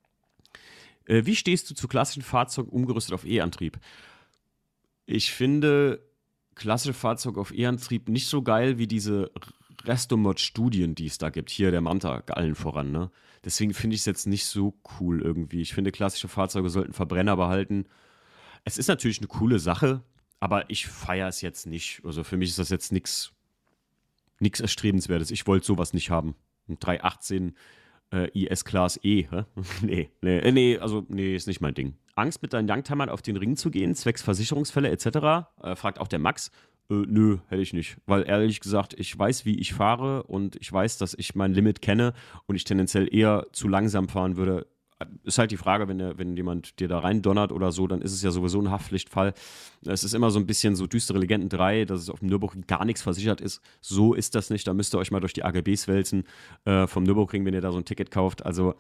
Äh, wie stehst du zu klassischen Fahrzeugen umgerüstet auf E-Antrieb? Ich finde klassische Fahrzeuge auf E-Antrieb nicht so geil wie diese Restomod-Studien, die es da gibt. Hier der Manta allen voran, ne? Deswegen finde ich es jetzt nicht so cool irgendwie. Ich finde, klassische Fahrzeuge sollten Verbrenner behalten. Es ist natürlich eine coole Sache, aber ich feiere es jetzt nicht. Also für mich ist das jetzt nichts nichts Erstrebenswertes. Ich wollte sowas nicht haben. Ein dreihundertachtzehn äh, I S-Class E, hä? nee, nee, äh, nee, also nee, ist nicht mein Ding. Angst, mit deinen Youngtimern auf den Ring zu gehen, zwecks Versicherungsfälle et cetera, äh, fragt auch der Max. Äh, nö, hätte ich nicht. Weil ehrlich gesagt, ich weiß, wie ich fahre und ich weiß, dass ich mein Limit kenne und ich tendenziell eher zu langsam fahren würde. Ist halt die Frage, wenn, der, wenn jemand dir da rein donnert oder so, dann ist es ja sowieso ein Haftpflichtfall. Es ist immer so ein bisschen so düstere Legenden drei, dass es auf dem Nürburgring gar nichts versichert ist. So ist das nicht. Da müsst ihr euch mal durch die A G Bs wälzen äh, vom Nürburgring, wenn ihr da so ein Ticket kauft. Also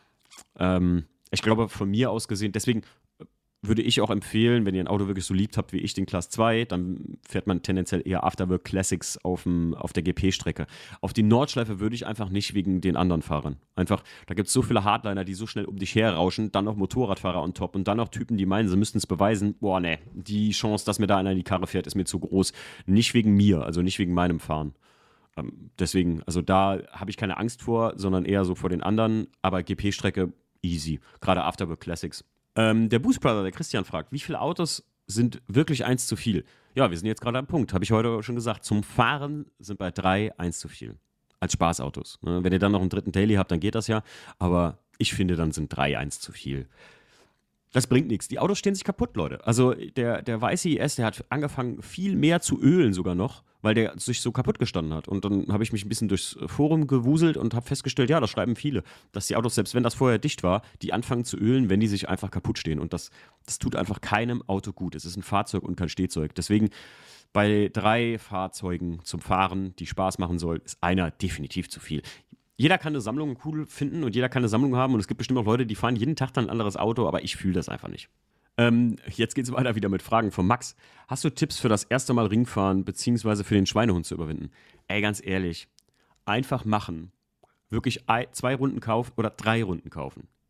ähm, ich glaube, von mir aus gesehen, deswegen würde ich auch empfehlen, wenn ihr ein Auto wirklich so liebt habt wie ich, den Class zwei, dann fährt man tendenziell eher Afterwork Classics auf, dem, auf der G P-Strecke. Auf die Nordschleife würde ich einfach nicht wegen den anderen Fahrern. Einfach, da gibt es so viele Hardliner, die so schnell um dich herrauschen, dann noch Motorradfahrer on top und dann noch Typen, die meinen, sie müssten es beweisen. Boah, ne, die Chance, dass mir da einer in die Karre fährt, ist mir zu groß. Nicht wegen mir, also nicht wegen meinem Fahren. Ähm, deswegen, also da habe ich keine Angst vor, sondern eher so vor den anderen, aber G P-Strecke easy. Gerade Afterwork Classics. Ähm, der Boost Brother, der Christian, fragt, wie viele Autos sind wirklich eins zu viel? Ja, wir sind jetzt gerade am Punkt, habe ich heute schon gesagt. Zum Fahren sind bei drei eins zu viel. Als Spaßautos. Ne? Wenn ihr dann noch einen dritten Daily habt, dann geht das ja. Aber ich finde, dann sind drei eins zu viel. Das bringt nichts. Die Autos stehen sich kaputt, Leute. Also der, der weiße I S, der hat angefangen, viel mehr zu ölen sogar noch, weil der sich so kaputt gestanden hat. Und dann habe ich mich ein bisschen durchs Forum gewuselt und habe festgestellt, ja, das schreiben viele, dass die Autos, selbst wenn das vorher dicht war, die anfangen zu ölen, wenn die sich einfach kaputt stehen. Und das, das tut einfach keinem Auto gut. Es ist ein Fahrzeug und kein Stehzeug. Deswegen bei drei Fahrzeugen zum Fahren, die Spaß machen sollen, ist einer definitiv zu viel. Jeder kann eine Sammlung cool finden und jeder kann eine Sammlung haben und es gibt bestimmt auch Leute, die fahren jeden Tag dann ein anderes Auto, aber ich fühle das einfach nicht. Ähm, jetzt geht's weiter wieder mit Fragen von Max. Hast du Tipps für das erste Mal Ringfahren beziehungsweise für den Schweinehund zu überwinden? Ey, ganz ehrlich, einfach machen. Wirklich zwei Runden kaufen oder drei Runden kaufen.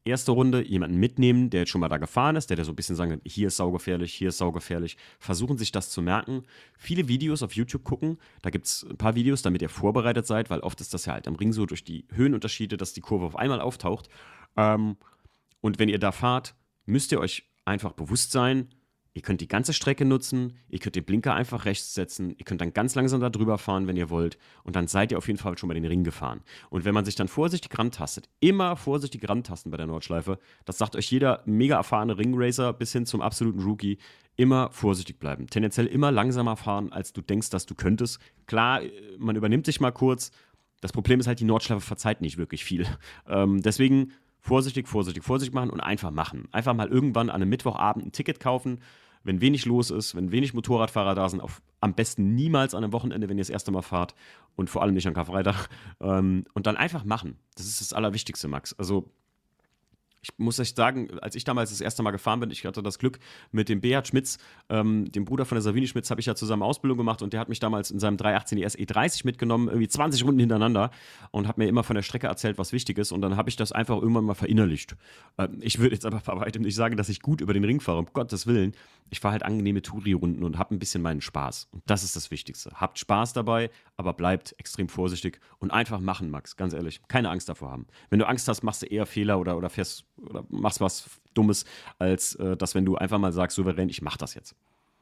erste Runde jemanden mitnehmen, der jetzt schon mal da gefahren ist, der dir so ein bisschen sagen kann, hier ist saugefährlich, hier ist saugefährlich. Versuchen sich das zu merken. Viele Videos auf YouTube gucken. Da gibt es ein paar Videos, damit ihr vorbereitet seid, weil oft ist das ja halt am Ring so durch die Höhenunterschiede, dass die Kurve auf einmal auftaucht. Ähm, und wenn ihr da fahrt, müsst ihr euch einfach bewusst sein, ihr könnt die ganze Strecke nutzen, ihr könnt den Blinker einfach rechts setzen, ihr könnt dann ganz langsam da drüber fahren, wenn ihr wollt, und dann seid ihr auf jeden Fall schon mal den Ring gefahren. Und wenn man sich dann vorsichtig rantastet, immer vorsichtig rantasten bei der Nordschleife, das sagt euch jeder mega erfahrene Ringracer bis hin zum absoluten Rookie, immer vorsichtig bleiben. Tendenziell immer langsamer fahren, als du denkst, dass du könntest. Klar, man übernimmt sich mal kurz, das Problem ist halt, die Nordschleife verzeiht nicht wirklich viel. Ähm, deswegen vorsichtig, vorsichtig, vorsichtig machen und einfach machen. Einfach mal irgendwann an einem Mittwochabend ein Ticket kaufen, wenn wenig los ist, wenn wenig Motorradfahrer da sind, auf, am besten niemals an einem Wochenende, wenn ihr das erste Mal fahrt und vor allem nicht an Karfreitag. Ähm, und dann einfach machen. Das ist das Allerwichtigste, Max. Also ich muss euch sagen, als ich damals das erste Mal gefahren bin, ich hatte das Glück mit dem Beat Schmitz, ähm, dem Bruder von der Savini Schmitz, habe ich ja zusammen Ausbildung gemacht und der hat mich damals in seinem drei achtzehn E S E dreißig mitgenommen, irgendwie zwanzig Runden hintereinander und hat mir immer von der Strecke erzählt, was wichtig ist und dann habe ich das einfach irgendwann mal verinnerlicht. Ähm, ich würde jetzt aber bei weitem nicht sagen, dass ich gut über den Ring fahre, um Gottes Willen. Ich fahre halt angenehme Touri-Runden und habe ein bisschen meinen Spaß und das ist das Wichtigste. Habt Spaß dabei, aber bleibt extrem vorsichtig und einfach machen, Max, ganz ehrlich. Keine Angst davor haben. Wenn du Angst hast, machst du eher Fehler oder, oder fährst oder machst was Dummes, als äh, dass wenn du einfach mal sagst, souverän, ich mach das jetzt.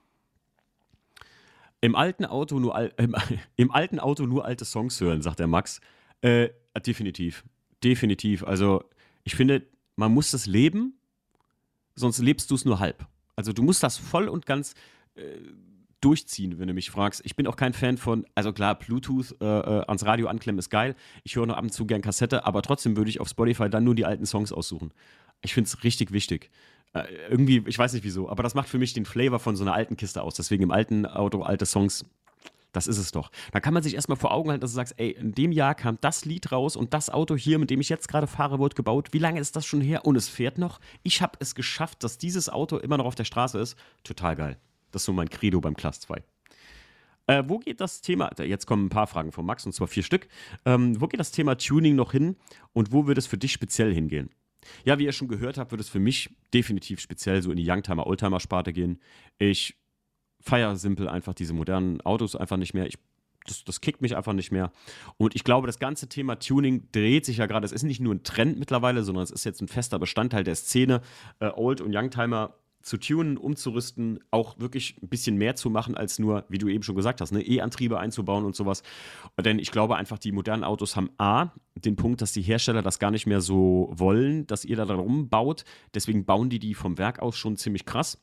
Im alten Auto nur al im, im alten Auto nur alte Songs hören, sagt der Max. Äh, definitiv. Definitiv. Also ich finde, man muss das leben, sonst lebst du es nur halb. Also du musst das voll und ganz äh, durchziehen, wenn du mich fragst. Ich bin auch kein Fan von, also klar, Bluetooth äh, äh, ans Radio anklemmen ist geil. Ich höre noch ab und zu gern Kassette, aber trotzdem würde ich auf Spotify dann nur die alten Songs aussuchen. Ich finde es richtig wichtig. Äh, irgendwie, ich weiß nicht wieso, aber das macht für mich den Flavor von so einer alten Kiste aus. Deswegen im alten Auto alte Songs, das ist es doch. Da kann man sich erstmal vor Augen halten, dass du sagst, ey, in dem Jahr kam das Lied raus und das Auto hier, mit dem ich jetzt gerade fahre, wurde gebaut. Wie lange ist das schon her? Und es fährt noch. Ich habe es geschafft, dass dieses Auto immer noch auf der Straße ist. Total geil. Das ist so mein Credo beim Class zwei. Äh, wo geht das Thema, jetzt kommen ein paar Fragen von Max, und zwar vier Stück. Ähm, wo geht das Thema Tuning noch hin und wo wird es für dich speziell hingehen? Ja, wie ihr schon gehört habt, wird es für mich definitiv speziell so in die Youngtimer-Oldtimer-Sparte gehen. Ich feiere simpel einfach diese modernen Autos einfach nicht mehr. Ich, das, das kickt mich einfach nicht mehr. Und ich glaube, das ganze Thema Tuning dreht sich ja gerade. Es ist nicht nur ein Trend mittlerweile, sondern es ist jetzt ein fester Bestandteil der Szene, äh, Old- und Youngtimer zu tunen, umzurüsten, auch wirklich ein bisschen mehr zu machen, als nur, wie du eben schon gesagt hast, ne, E-Antriebe einzubauen und sowas. Denn ich glaube einfach, die modernen Autos haben A, den Punkt, dass die Hersteller das gar nicht mehr so wollen, dass ihr da drum baut. Deswegen bauen die die vom Werk aus schon ziemlich krass.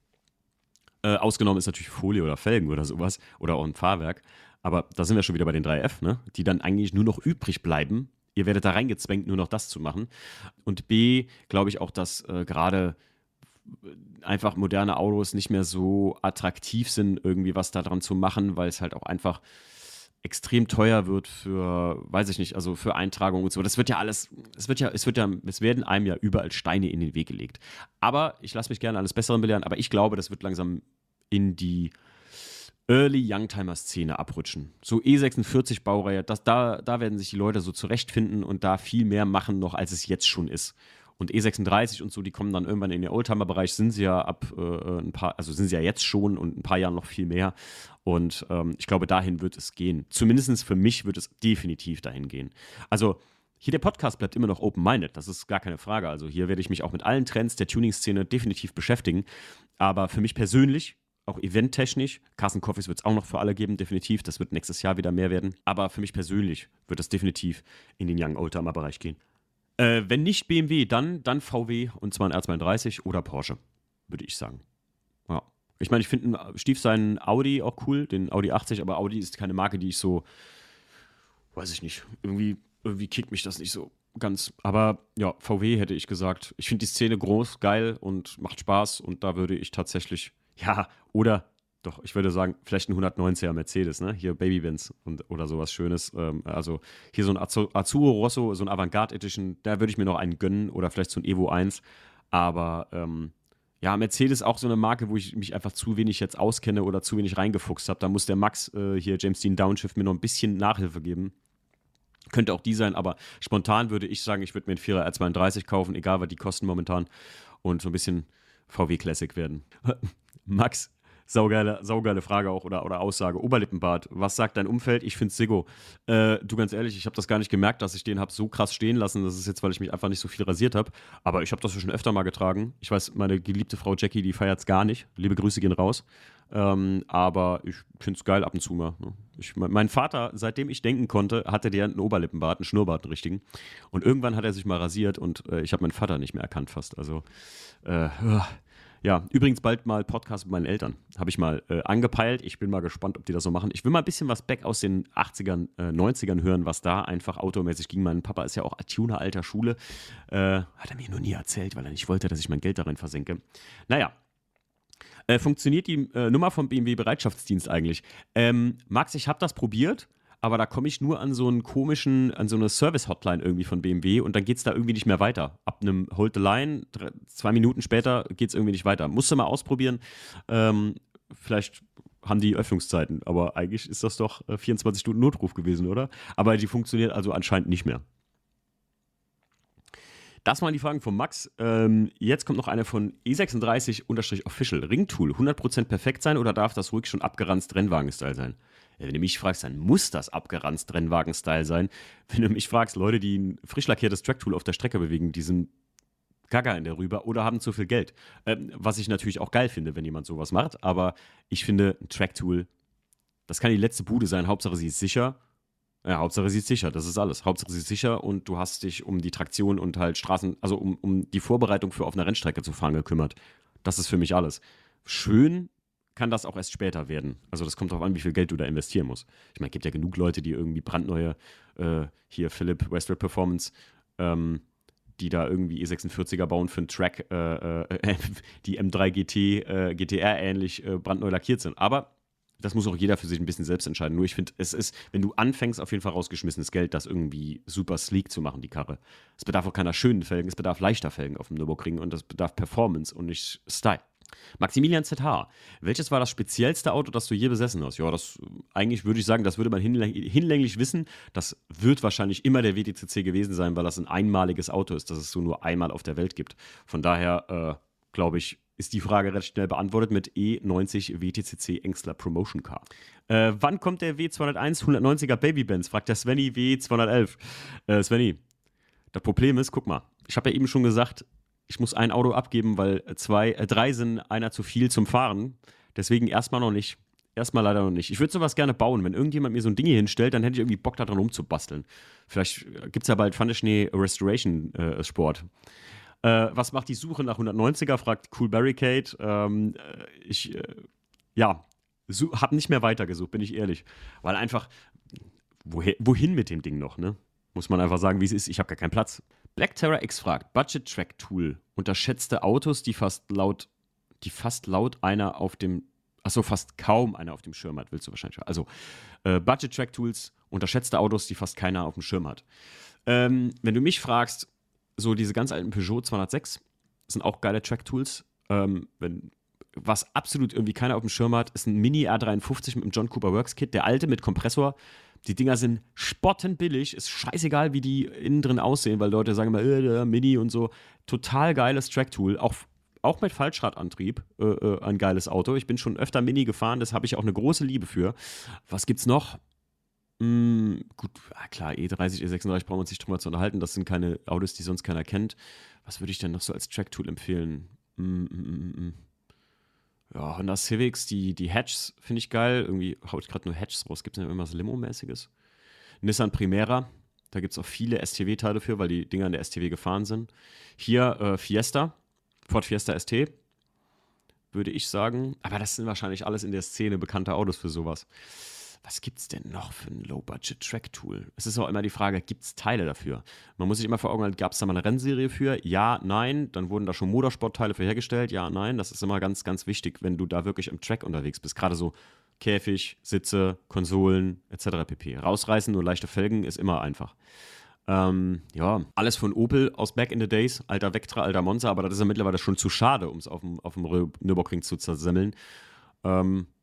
Äh, ausgenommen ist natürlich Folie oder Felgen oder sowas oder auch ein Fahrwerk. Aber da sind wir schon wieder bei den drei F, ne, die dann eigentlich nur noch übrig bleiben. Ihr werdet da reingezwängt, nur noch das zu machen. Und B, glaube ich auch, dass äh, gerade einfach moderne Autos nicht mehr so attraktiv sind, irgendwie was da dran zu machen, weil es halt auch einfach extrem teuer wird für, weiß ich nicht, also für Eintragungen und so. Das wird ja alles, es wird ja, es wird ja, es werden einem ja überall Steine in den Weg gelegt. Aber ich lasse mich gerne eines Besseren belehren, aber ich glaube, das wird langsam in die Early Youngtimer-Szene abrutschen. So E sechsundvierzig Baureihe, das, da, da werden sich die Leute so zurechtfinden und da viel mehr machen noch, als es jetzt schon ist. Und E sechsunddreißig und so, die kommen dann irgendwann in den Oldtimer-Bereich, sind sie ja ab äh, ein paar, also sind sie ja jetzt schon und ein paar Jahren noch viel mehr. Und ähm, ich glaube, dahin wird es gehen. Zumindest für mich wird es definitiv dahin gehen. Also hier der Podcast bleibt immer noch open-minded, das ist gar keine Frage. Also hier werde ich mich auch mit allen Trends der Tuning-Szene definitiv beschäftigen. Aber für mich persönlich, auch eventtechnisch, Carsten Coffees wird es auch noch für alle geben, definitiv. Das wird nächstes Jahr wieder mehr werden. Aber für mich persönlich wird es definitiv in den Young Oldtimer-Bereich gehen. Äh, wenn nicht B M W, dann, dann V W und zwar ein R zweiunddreißig oder Porsche, würde ich sagen. Ja. Ich meine, ich finde Stief seinen Audi auch cool, den Audi achtzig, aber Audi ist keine Marke, die ich so, weiß ich nicht, irgendwie, irgendwie kickt mich das nicht so ganz. Aber ja, V W hätte ich gesagt. Ich finde die Szene groß, geil und macht Spaß und da würde ich tatsächlich, ja, oder doch, ich würde sagen, vielleicht ein hundertneunziger Mercedes, ne? Hier Baby-Benz und, oder sowas Schönes. Ähm, also hier so ein Azzurro Rosso, so ein Avantgarde Edition, da würde ich mir noch einen gönnen oder vielleicht so ein Evo eins. Aber ähm, ja, Mercedes auch so eine Marke, wo ich mich einfach zu wenig jetzt auskenne oder zu wenig reingefuchst habe. Da muss der Max, äh, hier James Dean Downshift, mir noch ein bisschen Nachhilfe geben. Könnte auch die sein, aber spontan würde ich sagen, ich würde mir einen Vierer R zweiunddreißig kaufen, egal was die kosten momentan. Und so ein bisschen V W Classic werden. Max, saugeile, saugeile Frage auch oder, oder Aussage. Oberlippenbart, was sagt dein Umfeld? Ich finde Siggo. Äh, du, ganz ehrlich, ich habe das gar nicht gemerkt, dass ich den habe so krass stehen lassen. Das ist jetzt, weil ich mich einfach nicht so viel rasiert habe. Aber ich habe das schon öfter mal getragen. Ich weiß, meine geliebte Frau Jackie, die feiert es gar nicht. Liebe Grüße gehen raus. Ähm, aber ich finde es geil ab und zu mal. Ne? Ich, mein Vater, seitdem ich denken konnte, hatte der einen Oberlippenbart, einen Schnurrbart, einen richtigen. Und irgendwann hat er sich mal rasiert und äh, ich habe meinen Vater nicht mehr erkannt fast. Also, äh, ja, übrigens bald mal Podcast mit meinen Eltern. Habe ich mal äh, angepeilt. Ich bin mal gespannt, ob die das so machen. Ich will mal ein bisschen was back aus den achtzigern, äh, neunzigern hören, was da einfach automäßig ging. Mein Papa ist ja auch Tuner alter Schule. Äh, hat er mir noch nie erzählt, weil er nicht wollte, dass ich mein Geld darin versenke. Naja. Äh, funktioniert die äh, Nummer vom B M W-Bereitschaftsdienst eigentlich? Ähm, Max, ich habe das probiert, aber da komme ich nur an so einen komischen, an so eine Service-Hotline irgendwie von B M W und dann geht es da irgendwie nicht mehr weiter. Ab einem Hold the Line, drei, zwei Minuten später geht es irgendwie nicht weiter. Musst du mal ausprobieren. Ähm, vielleicht haben die Öffnungszeiten, aber eigentlich ist das doch äh, vierundzwanzig Stunden Notruf gewesen, oder? Aber die funktioniert also anscheinend nicht mehr. Das waren die Fragen von Max. Ähm, jetzt kommt noch eine von E sechsunddreißig Official. Ringtool, hundert Prozent perfekt sein oder darf das ruhig schon abgeranzt Rennwagen-Style sein? Ja, wenn du mich fragst, dann muss das abgeranzt Rennwagen-Style sein. Wenn du mich fragst, Leute, die ein frisch lackiertes Tracktool auf der Strecke bewegen, die sind gaga in der Rüber oder haben zu viel Geld. Ähm, was ich natürlich auch geil finde, wenn jemand sowas macht. Aber ich finde, ein Tracktool, das kann die letzte Bude sein. Hauptsache, sie ist sicher. Ja, Hauptsache sie ist sicher, das ist alles. Hauptsache sie ist sicher und du hast dich um die Traktion und halt Straßen, also um, um die Vorbereitung für auf einer Rennstrecke zu fahren gekümmert. Das ist für mich alles. Schön kann das auch erst später werden. Also das kommt darauf an, wie viel Geld du da investieren musst. Ich meine, es gibt ja genug Leute, die irgendwie brandneue, äh, hier Philipp, Westwood Performance, ähm, die da irgendwie E sechsundvierziger bauen für einen Track, äh, äh, die M drei G T, äh, G T R ähnlich äh, brandneu lackiert sind. Aber das muss auch jeder für sich ein bisschen selbst entscheiden. Nur ich finde, es ist, wenn du anfängst, auf jeden Fall rausgeschmissenes Geld, das irgendwie super sleek zu machen, die Karre. Es bedarf auch keiner schönen Felgen, es bedarf leichter Felgen auf dem Nürburgring und es bedarf Performance und nicht Style. Maximilian Z H, welches war das speziellste Auto, das du je besessen hast? Ja, das eigentlich würde ich sagen, das würde man hinläng- hinlänglich wissen. Das wird wahrscheinlich immer der W T C C gewesen sein, weil das ein einmaliges Auto ist, das es so nur einmal auf der Welt gibt. Von daher, äh, glaube ich, ist die Frage recht schnell beantwortet mit E neunzig W T C C Engstler Promotion Car. Äh, wann kommt der W zweihunderteins hundertneunziger Baby Benz? Fragt der Svenny W zweihundertelf. Äh, Svenny, das Problem ist, guck mal, ich habe ja eben schon gesagt, ich muss ein Auto abgeben, weil zwei, äh, drei sind einer zu viel zum Fahren. Deswegen erstmal noch nicht. Erstmal leider noch nicht. Ich würde sowas gerne bauen. Wenn irgendjemand mir so ein Ding hier hinstellt, dann hätte ich irgendwie Bock daran rumzubasteln. Vielleicht gibt es ja bald Fandeschnee Restoration äh, Sport. Äh, was macht die Suche nach hundertneunziger? Fragt Cool Barricade. Ähm, äh, ich, äh, ja, so, hab nicht mehr weitergesucht, bin ich ehrlich. Weil einfach, woher, wohin mit dem Ding noch, ne? Muss man einfach sagen, wie es ist. Ich habe gar keinen Platz. Black Terror X fragt, Budget Track Tool. Unterschätzte Autos, die fast laut, die fast laut einer auf dem, achso, fast kaum einer auf dem Schirm hat, willst du wahrscheinlich. Also, äh, Budget Track Tools, unterschätzte Autos, die fast keiner auf dem Schirm hat. Ähm, wenn du mich fragst, so diese ganz alten Peugeot zweihundertsechs sind auch geile Track-Tools. Ähm, wenn, was absolut irgendwie keiner auf dem Schirm hat, ist ein Mini R dreiundfünfzig mit dem John Cooper Works Kit, der alte mit Kompressor. Die Dinger sind spottenbillig, ist scheißegal, wie die innen drin aussehen, weil Leute sagen immer, äh, Mini und so. Total geiles Track-Tool, auch, auch mit Falschradantrieb, äh, äh, ein geiles Auto. Ich bin schon öfter Mini gefahren, das habe ich auch eine große Liebe für. Was gibt's noch? Mm, gut, ja klar, E dreißig, E sechsunddreißig brauchen wir uns nicht drüber zu unterhalten. Das sind keine Autos, die sonst keiner kennt. Was würde ich denn noch so als Track-Tool empfehlen? Mm, mm, mm, mm. Ja, Honda Civics, die, die Hatches finde ich geil. Irgendwie haut gerade nur Hatches raus. Gibt es denn irgendwas Limo-mäßiges? Nissan Primera, da gibt es auch viele S T W-Teile für, weil die Dinger in der S T W gefahren sind. Hier äh, Fiesta, Ford Fiesta S T, würde ich sagen. Aber das sind wahrscheinlich alles in der Szene bekannte Autos für sowas. Was gibt es denn noch für ein Low-Budget-Track-Tool? Es ist auch immer die Frage, gibt es Teile dafür? Man muss sich immer vor Augen halten, gab es da mal eine Rennserie für? Ja, nein. Dann wurden da schon Motorsportteile für hergestellt? Ja, nein. Das ist immer ganz, ganz wichtig, wenn du da wirklich im Track unterwegs bist. Gerade so Käfig, Sitze, Konsolen et cetera pp. Rausreißen, nur leichte Felgen ist immer einfach. Ähm, ja, alles von Opel aus Back in the Days. Alter Vectra, alter Monza. Aber das ist ja mittlerweile schon zu schade, um es auf dem, auf dem Nürburgring zu zersemmeln. Ähm,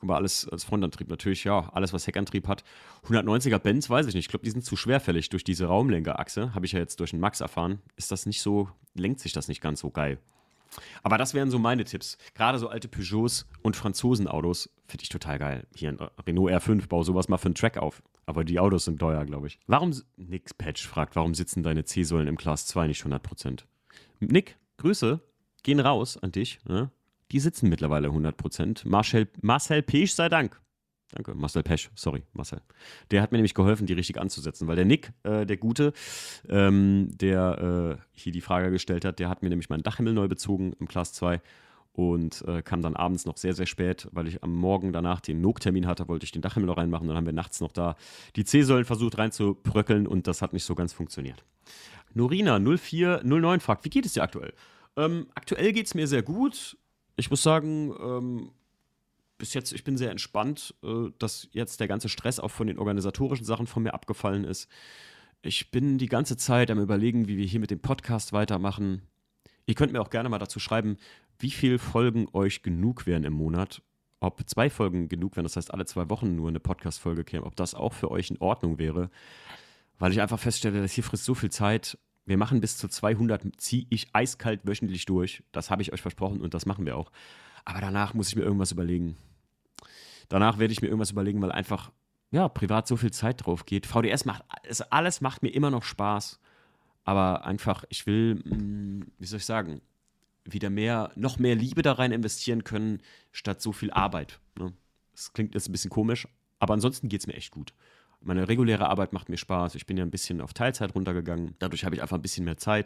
guck mal, alles als Frontantrieb natürlich, ja, alles, was Heckantrieb hat. hundertneunziger Benz, weiß ich nicht. Ich glaube, die sind zu schwerfällig durch diese Raumlenkerachse. Habe ich ja jetzt durch den Max erfahren. Ist das nicht so, lenkt sich das nicht ganz so geil. Aber das wären so meine Tipps. Gerade so alte Peugeots und Franzosenautos finde ich total geil. Hier ein Renault R fünf, bau sowas mal für einen Track auf. Aber die Autos sind teuer, glaube ich. Warum, Nick Patch fragt, warum sitzen deine C-Säulen im Class zwei nicht hundert Prozent? Nick, Grüße, gehen raus an dich. Ne? Die sitzen mittlerweile hundert Prozent. Marcel, Marcel Pesch sei Dank. Danke, Marcel Pesch, sorry, Marcel. Der hat mir nämlich geholfen, die richtig anzusetzen, weil der Nick, äh, der Gute, ähm, der äh, hier die Frage gestellt hat, der hat mir nämlich meinen Dachhimmel neu bezogen im Class zwei und äh, kam dann abends noch sehr, sehr spät, weil ich am Morgen danach den N O G-Termin hatte, wollte ich den Dachhimmel noch reinmachen. Dann haben wir nachts noch da die C-Säulen versucht reinzubröckeln und das hat nicht so ganz funktioniert. Norina null vier null neun fragt, wie geht es dir aktuell? Ähm, aktuell geht es mir sehr gut. Ich muss sagen, ähm, bis jetzt, ich bin sehr entspannt, äh, dass jetzt der ganze Stress auch von den organisatorischen Sachen von mir abgefallen ist. Ich bin die ganze Zeit am Überlegen, wie wir hier mit dem Podcast weitermachen. Ihr könnt mir auch gerne mal dazu schreiben, wie viele Folgen euch genug wären im Monat. Ob zwei Folgen genug wären, das heißt alle zwei Wochen nur eine Podcast-Folge käme, ob das auch für euch in Ordnung wäre. Weil ich einfach feststelle, dass hier frisst so viel Zeit. Wir machen bis zu zweihundert, ziehe ich eiskalt wöchentlich durch. Das habe ich euch versprochen und das machen wir auch. Aber danach muss ich mir irgendwas überlegen. Danach werde ich mir irgendwas überlegen, weil einfach, ja, privat so viel Zeit drauf geht. V D S macht, alles macht mir immer noch Spaß. Aber einfach, ich will, mh, wie soll ich sagen, wieder mehr, noch mehr Liebe da rein investieren können, statt so viel Arbeit. Ne? Das klingt jetzt ein bisschen komisch, aber ansonsten geht es mir echt gut. Meine reguläre Arbeit macht mir Spaß. Ich bin ja ein bisschen auf Teilzeit runtergegangen. Dadurch habe ich einfach ein bisschen mehr Zeit.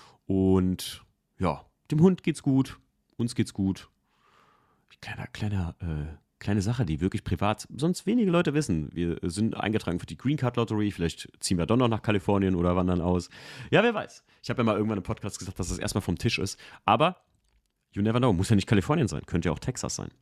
Und ja, dem Hund geht's gut. Uns geht's gut. Kleiner, kleiner, äh, kleine Sache, die wirklich privat sonst wenige Leute wissen. Wir sind eingetragen für die Green Card Lottery. Vielleicht ziehen wir doch noch nach Kalifornien oder wandern aus. Ja, wer weiß. Ich habe ja mal irgendwann im Podcast gesagt, dass das erstmal vom Tisch ist. Aber you never know. Muss ja nicht Kalifornien sein. Könnte ja auch Texas sein.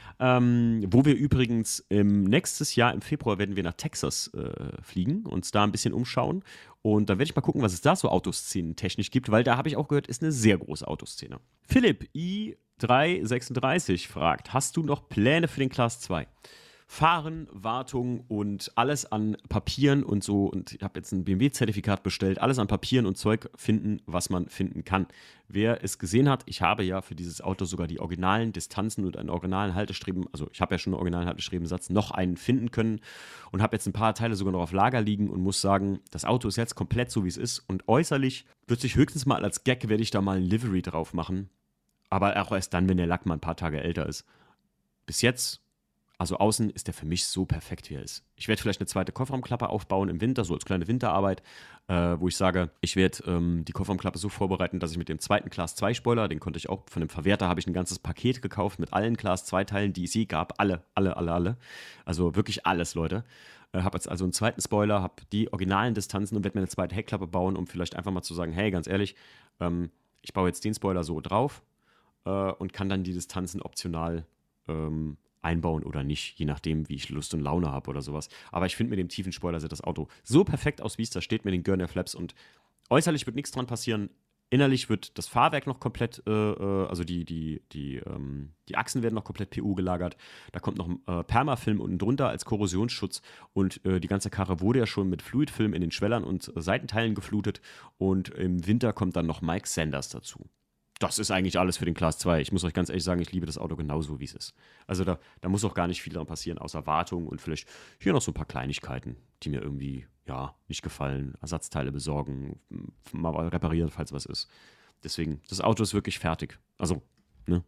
Ähm, wo wir übrigens im nächstes Jahr im Februar werden wir nach Texas äh, fliegen, uns da ein bisschen umschauen und dann werde ich mal gucken, was es da so Autoszenen technisch gibt, weil da habe ich auch gehört, ist eine sehr große Autoszene. Philipp I drei sechsunddreißig fragt, hast du noch Pläne für den Class zwei? Fahren, Wartung und alles an Papieren und so, und ich habe jetzt ein B M W-Zertifikat bestellt, alles an Papieren und Zeug finden, was man finden kann. Wer es gesehen hat, ich habe ja für dieses Auto sogar die originalen Distanzen und einen originalen Haltestreben, also ich habe ja schon einen originalen Haltestrebensatz, noch einen finden können und habe jetzt ein paar Teile sogar noch auf Lager liegen und muss sagen, das Auto ist jetzt komplett so, wie es ist und äußerlich wird sich höchstens mal als Gag, werde ich da mal ein Livery drauf machen, aber auch erst dann, wenn der Lack mal ein paar Tage älter ist. Bis jetzt, also außen ist der für mich so perfekt, wie er ist. Ich werde vielleicht eine zweite Kofferraumklappe aufbauen im Winter, so als kleine Winterarbeit, äh, wo ich sage, ich werde ähm, die Kofferraumklappe so vorbereiten, dass ich mit dem zweiten Class zwei Spoiler, den konnte ich auch von dem Verwerter, habe ich ein ganzes Paket gekauft mit allen Class zwei Teilen, die es je gab. Alle, alle, alle, alle. Also wirklich alles, Leute. Äh, habe jetzt also einen zweiten Spoiler, habe die originalen Distanzen und werde mir eine zweite Heckklappe bauen, um vielleicht einfach mal zu sagen, hey, ganz ehrlich, ähm, ich baue jetzt den Spoiler so drauf äh, und kann dann die Distanzen optional ähm, einbauen oder nicht, je nachdem, wie ich Lust und Laune habe oder sowas. Aber ich finde mit dem tiefen Spoiler sieht das Auto so perfekt aus, wie es da steht mit den Görner Flaps und äußerlich wird nichts dran passieren. Innerlich wird das Fahrwerk noch komplett, äh, also die, die, die, ähm, die Achsen werden noch komplett P U gelagert. Da kommt noch äh, Permafilm unten drunter als Korrosionsschutz und äh, die ganze Karre wurde ja schon mit Fluidfilm in den Schwellern und äh, Seitenteilen geflutet und im Winter kommt dann noch Mike Sanders dazu. Das ist eigentlich alles für den Class zwei. Ich muss euch ganz ehrlich sagen, ich liebe das Auto genauso, wie es ist. Also da, da muss auch gar nicht viel dran passieren, außer Wartung und vielleicht hier noch so ein paar Kleinigkeiten, die mir irgendwie, ja, nicht gefallen. Ersatzteile besorgen, mal reparieren, falls was ist. Deswegen, das Auto ist wirklich fertig. Also, ne?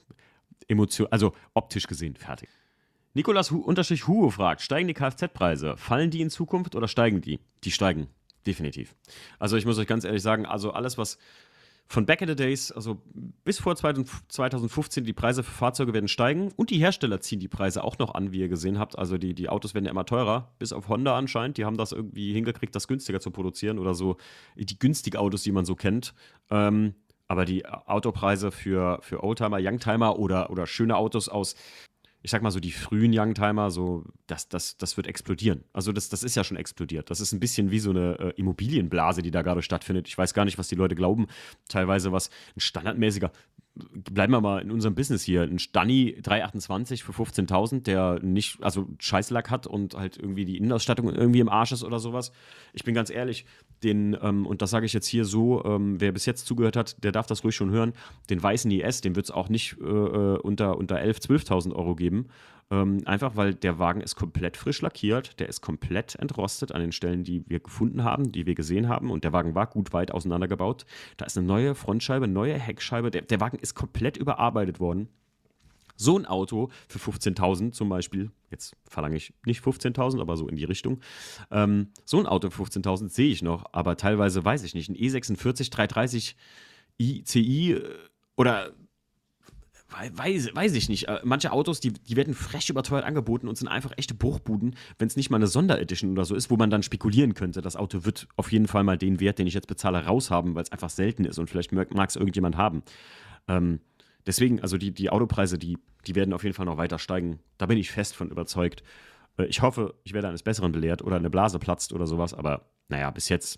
Emotion, also optisch gesehen fertig. Nikolas Hu, unterstrich Hugo fragt, steigen die Kfz-Preise? Fallen die in Zukunft oder steigen die? Die steigen, definitiv. Also ich muss euch ganz ehrlich sagen, also alles, was von back in the days, also bis vor zweitausendfünfzehn, die Preise für Fahrzeuge werden steigen und die Hersteller ziehen die Preise auch noch an, wie ihr gesehen habt. Also die, die Autos werden ja immer teurer, bis auf Honda anscheinend. Die haben das irgendwie hingekriegt, das günstiger zu produzieren oder so die günstigen Autos, die man so kennt. Ähm, aber die Autopreise für, für Oldtimer, Youngtimer oder, oder schöne Autos aus, ich sag mal so die frühen Youngtimer, so, das, das, das wird explodieren. Also das, das ist ja schon explodiert. Das ist ein bisschen wie so eine äh, Immobilienblase, die da gerade stattfindet. Ich weiß gar nicht, was die Leute glauben. Teilweise was ein standardmäßiger bleiben wir mal in unserem Business hier. Ein Stani drei achtundzwanzig für fünfzehntausend, der nicht, also Scheißlack hat und halt irgendwie die Innenausstattung irgendwie im Arsch ist oder sowas. Ich bin ganz ehrlich, den, ähm, und das sage ich jetzt hier so, ähm, wer bis jetzt zugehört hat, der darf das ruhig schon hören, den weißen I S, den wird es auch nicht äh, unter, unter elftausend, zwölftausend Euro geben. Ähm, einfach, weil der Wagen ist komplett frisch lackiert, der ist komplett entrostet an den Stellen, die wir gefunden haben, die wir gesehen haben, und der Wagen war gut weit auseinandergebaut. Da ist eine neue Frontscheibe, neue Heckscheibe, der, der Wagen ist komplett überarbeitet worden. So ein Auto für fünfzehntausend zum Beispiel, jetzt verlange ich nicht fünfzehntausend, aber so in die Richtung, ähm, so ein Auto für fünfzehntausend sehe ich noch, aber teilweise weiß ich nicht, ein E sechsundvierzig dreihundertdreißig i C I äh, oder Weiß, weiß ich nicht. Manche Autos, die, die werden frech überteuert angeboten und sind einfach echte Bruchbuden, wenn es nicht mal eine Sonderedition oder so ist, wo man dann spekulieren könnte. Das Auto wird auf jeden Fall mal den Wert, den ich jetzt bezahle, raushaben, weil es einfach selten ist und vielleicht mag es irgendjemand haben. Ähm, deswegen, also die, die Autopreise, die, die werden auf jeden Fall noch weiter steigen. Da bin ich fest von überzeugt. Äh, ich hoffe, ich werde eines Besseren belehrt oder eine Blase platzt oder sowas, aber naja, bis jetzt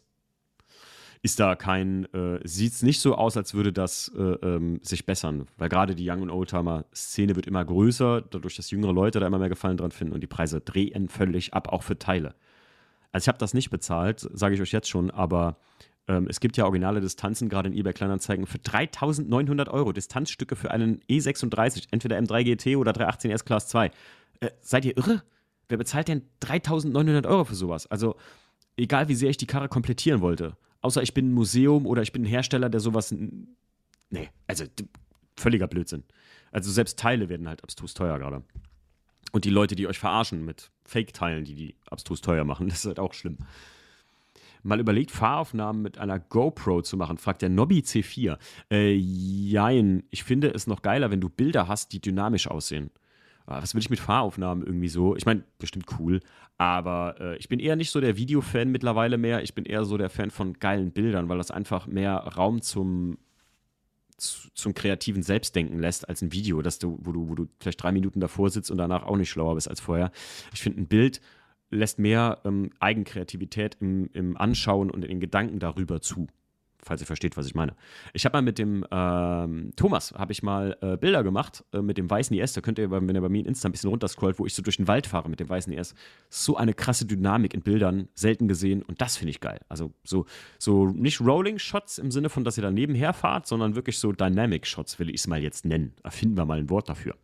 ist da kein, äh, sieht es nicht so aus, als würde das äh, ähm, sich bessern. Weil gerade die Young- und Oldtimer-Szene wird immer größer, dadurch, dass jüngere Leute da immer mehr Gefallen dran finden und die Preise drehen völlig ab, auch für Teile. Also ich habe das nicht bezahlt, sage ich euch jetzt schon, aber ähm, es gibt ja originale Distanzen, gerade in eBay Kleinanzeigen, für dreitausendneunhundert Euro. Distanzstücke für einen E sechsunddreißig, entweder M drei G T oder dreihundertachtzehn S Class zwei. Äh, seid ihr irre? Wer bezahlt denn dreitausendneunhundert Euro für sowas? Also egal, wie sehr ich die Karre komplettieren wollte. Außer ich bin ein Museum oder ich bin ein Hersteller, der sowas. Nee, also völliger Blödsinn. Also selbst Teile werden halt abstrus teuer gerade. Und die Leute, die euch verarschen mit Fake-Teilen, die die abstrus teuer machen, das ist halt auch schlimm. Mal überlegt, Fahraufnahmen mit einer GoPro zu machen, fragt der Nobby C vier. Äh, jein, ich finde es noch geiler, wenn du Bilder hast, die dynamisch aussehen. Was will ich mit Fahraufnahmen irgendwie so? Ich meine, bestimmt cool, aber äh, ich bin eher nicht so der Videofan mittlerweile mehr. Ich bin eher so der Fan von geilen Bildern, weil das einfach mehr Raum zum, zu, zum kreativen Selbstdenken lässt als ein Video, dass du, wo du, wo du vielleicht drei Minuten davor sitzt und danach auch nicht schlauer bist als vorher. Ich finde, ein Bild lässt mehr ähm, Eigenkreativität im, im Anschauen und in den Gedanken darüber zu. Falls ihr versteht, was ich meine. Ich habe mal mit dem ähm, Thomas, habe ich mal äh, Bilder gemacht äh, mit dem weißen I S. Da könnt ihr, wenn ihr bei mir in Insta ein bisschen runterscrollt, wo ich so durch den Wald fahre mit dem weißen I S. So eine krasse Dynamik in Bildern, selten gesehen. Und das finde ich geil. Also so, so nicht Rolling-Shots im Sinne von, dass ihr da nebenher fahrt, sondern wirklich so Dynamic-Shots, will ich es mal jetzt nennen. Erfinden wir mal ein Wort dafür.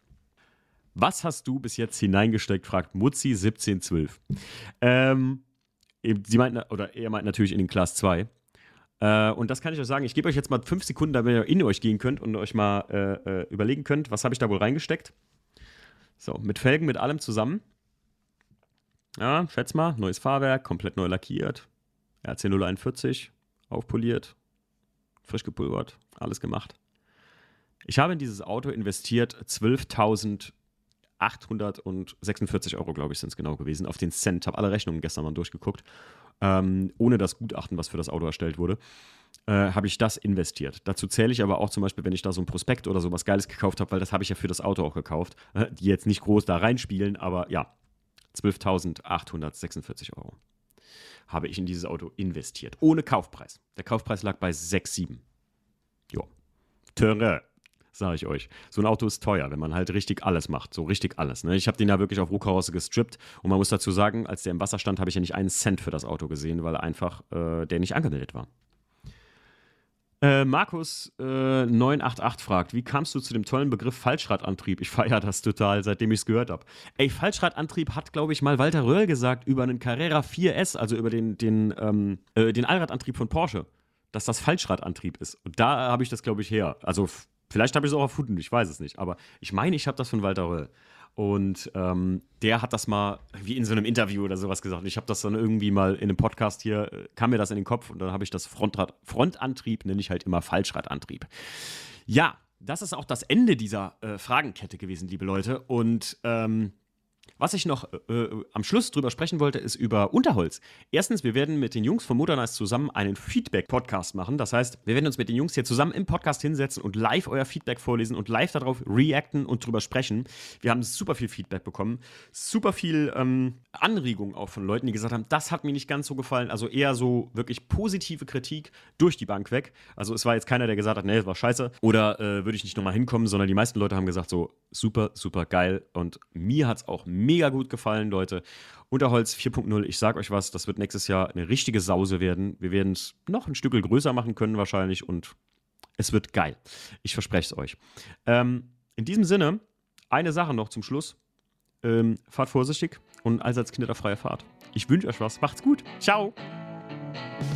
Was hast du bis jetzt hineingesteckt, fragt Mutzi siebzehn zwölf. Ähm, sie meint, oder er meint natürlich in den Class zwei. Äh, und das kann ich euch sagen, ich gebe euch jetzt mal fünf Sekunden, damit ihr in euch gehen könnt und euch mal äh, äh, überlegen könnt, was habe ich da wohl reingesteckt. So, mit Felgen, mit allem zusammen. Ja, schätz mal, neues Fahrwerk, komplett neu lackiert. R C null einundvierzig, aufpoliert, frisch gepulvert, alles gemacht. Ich habe in dieses Auto investiert zwölftausendachthundertsechsundvierzig Euro, glaube ich, sind es genau gewesen, auf den Cent. Habe alle Rechnungen gestern mal durchgeguckt. Ähm, ohne das Gutachten, was für das Auto erstellt wurde, äh, habe ich das investiert. Dazu zähle ich aber auch zum Beispiel, wenn ich da so ein Prospekt oder so was Geiles gekauft habe, weil das habe ich ja für das Auto auch gekauft, äh, die jetzt nicht groß da reinspielen, aber ja, zwölftausendachthundertsechsundvierzig Euro habe ich in dieses Auto investiert. Ohne Kaufpreis. Der Kaufpreis lag bei sechs, sieben. Jo. Töre. Sage ich euch. So ein Auto ist teuer, wenn man halt richtig alles macht. So richtig alles. Ne? Ich habe den ja wirklich auf Rohkarosse gestrippt. Und man muss dazu sagen, als der im Wasser stand, habe ich ja nicht einen Cent für das Auto gesehen, weil einfach äh, der nicht angemeldet war. Äh, Markus äh, neun acht acht fragt, wie kamst du zu dem tollen Begriff Falschradantrieb? Ich feiere das total, seitdem ich es gehört habe. Ey, Falschradantrieb hat, glaube ich, mal Walter Röhrl gesagt über einen Carrera vier S, also über den, den, ähm, äh, den Allradantrieb von Porsche, dass das Falschradantrieb ist. Und da habe ich das, glaube ich, her. Also vielleicht habe ich es auch erfunden, ich weiß es nicht. Aber ich meine, ich habe das von Walter Röhrl. Und ähm, der hat das mal wie in so einem Interview oder sowas gesagt. Ich habe das dann irgendwie mal in einem Podcast hier, äh, kam mir das in den Kopf und dann habe ich das Frontrad, Frontantrieb, nenne ich halt immer Falschradantrieb. Ja, das ist auch das Ende dieser äh, Fragenkette gewesen, liebe Leute. Und ähm, Was ich noch äh, am Schluss drüber sprechen wollte, ist über Unterholz. Erstens, wir werden mit den Jungs von Modernice zusammen einen Feedback-Podcast machen. Das heißt, wir werden uns mit den Jungs hier zusammen im Podcast hinsetzen und live euer Feedback vorlesen und live darauf reacten und drüber sprechen. Wir haben super viel Feedback bekommen, super viel ähm, Anregungen auch von Leuten, die gesagt haben, das hat mir nicht ganz so gefallen. Also eher so wirklich positive Kritik durch die Bank weg. Also es war jetzt keiner, der gesagt hat, nee, das war scheiße oder äh, würde ich nicht nochmal hinkommen, sondern die meisten Leute haben gesagt so, super, super geil und mir hat es auch mega gut gefallen, Leute. Unterholz vier Punkt null, ich sag euch was, das wird nächstes Jahr eine richtige Sause werden. Wir werden es noch ein Stück größer machen können wahrscheinlich und es wird geil. Ich verspreche es euch. Ähm, in diesem Sinne, eine Sache noch zum Schluss. Ähm, fahrt vorsichtig und allseits kinderfreie Fahrt. Ich wünsche euch was. Macht's gut. Ciao.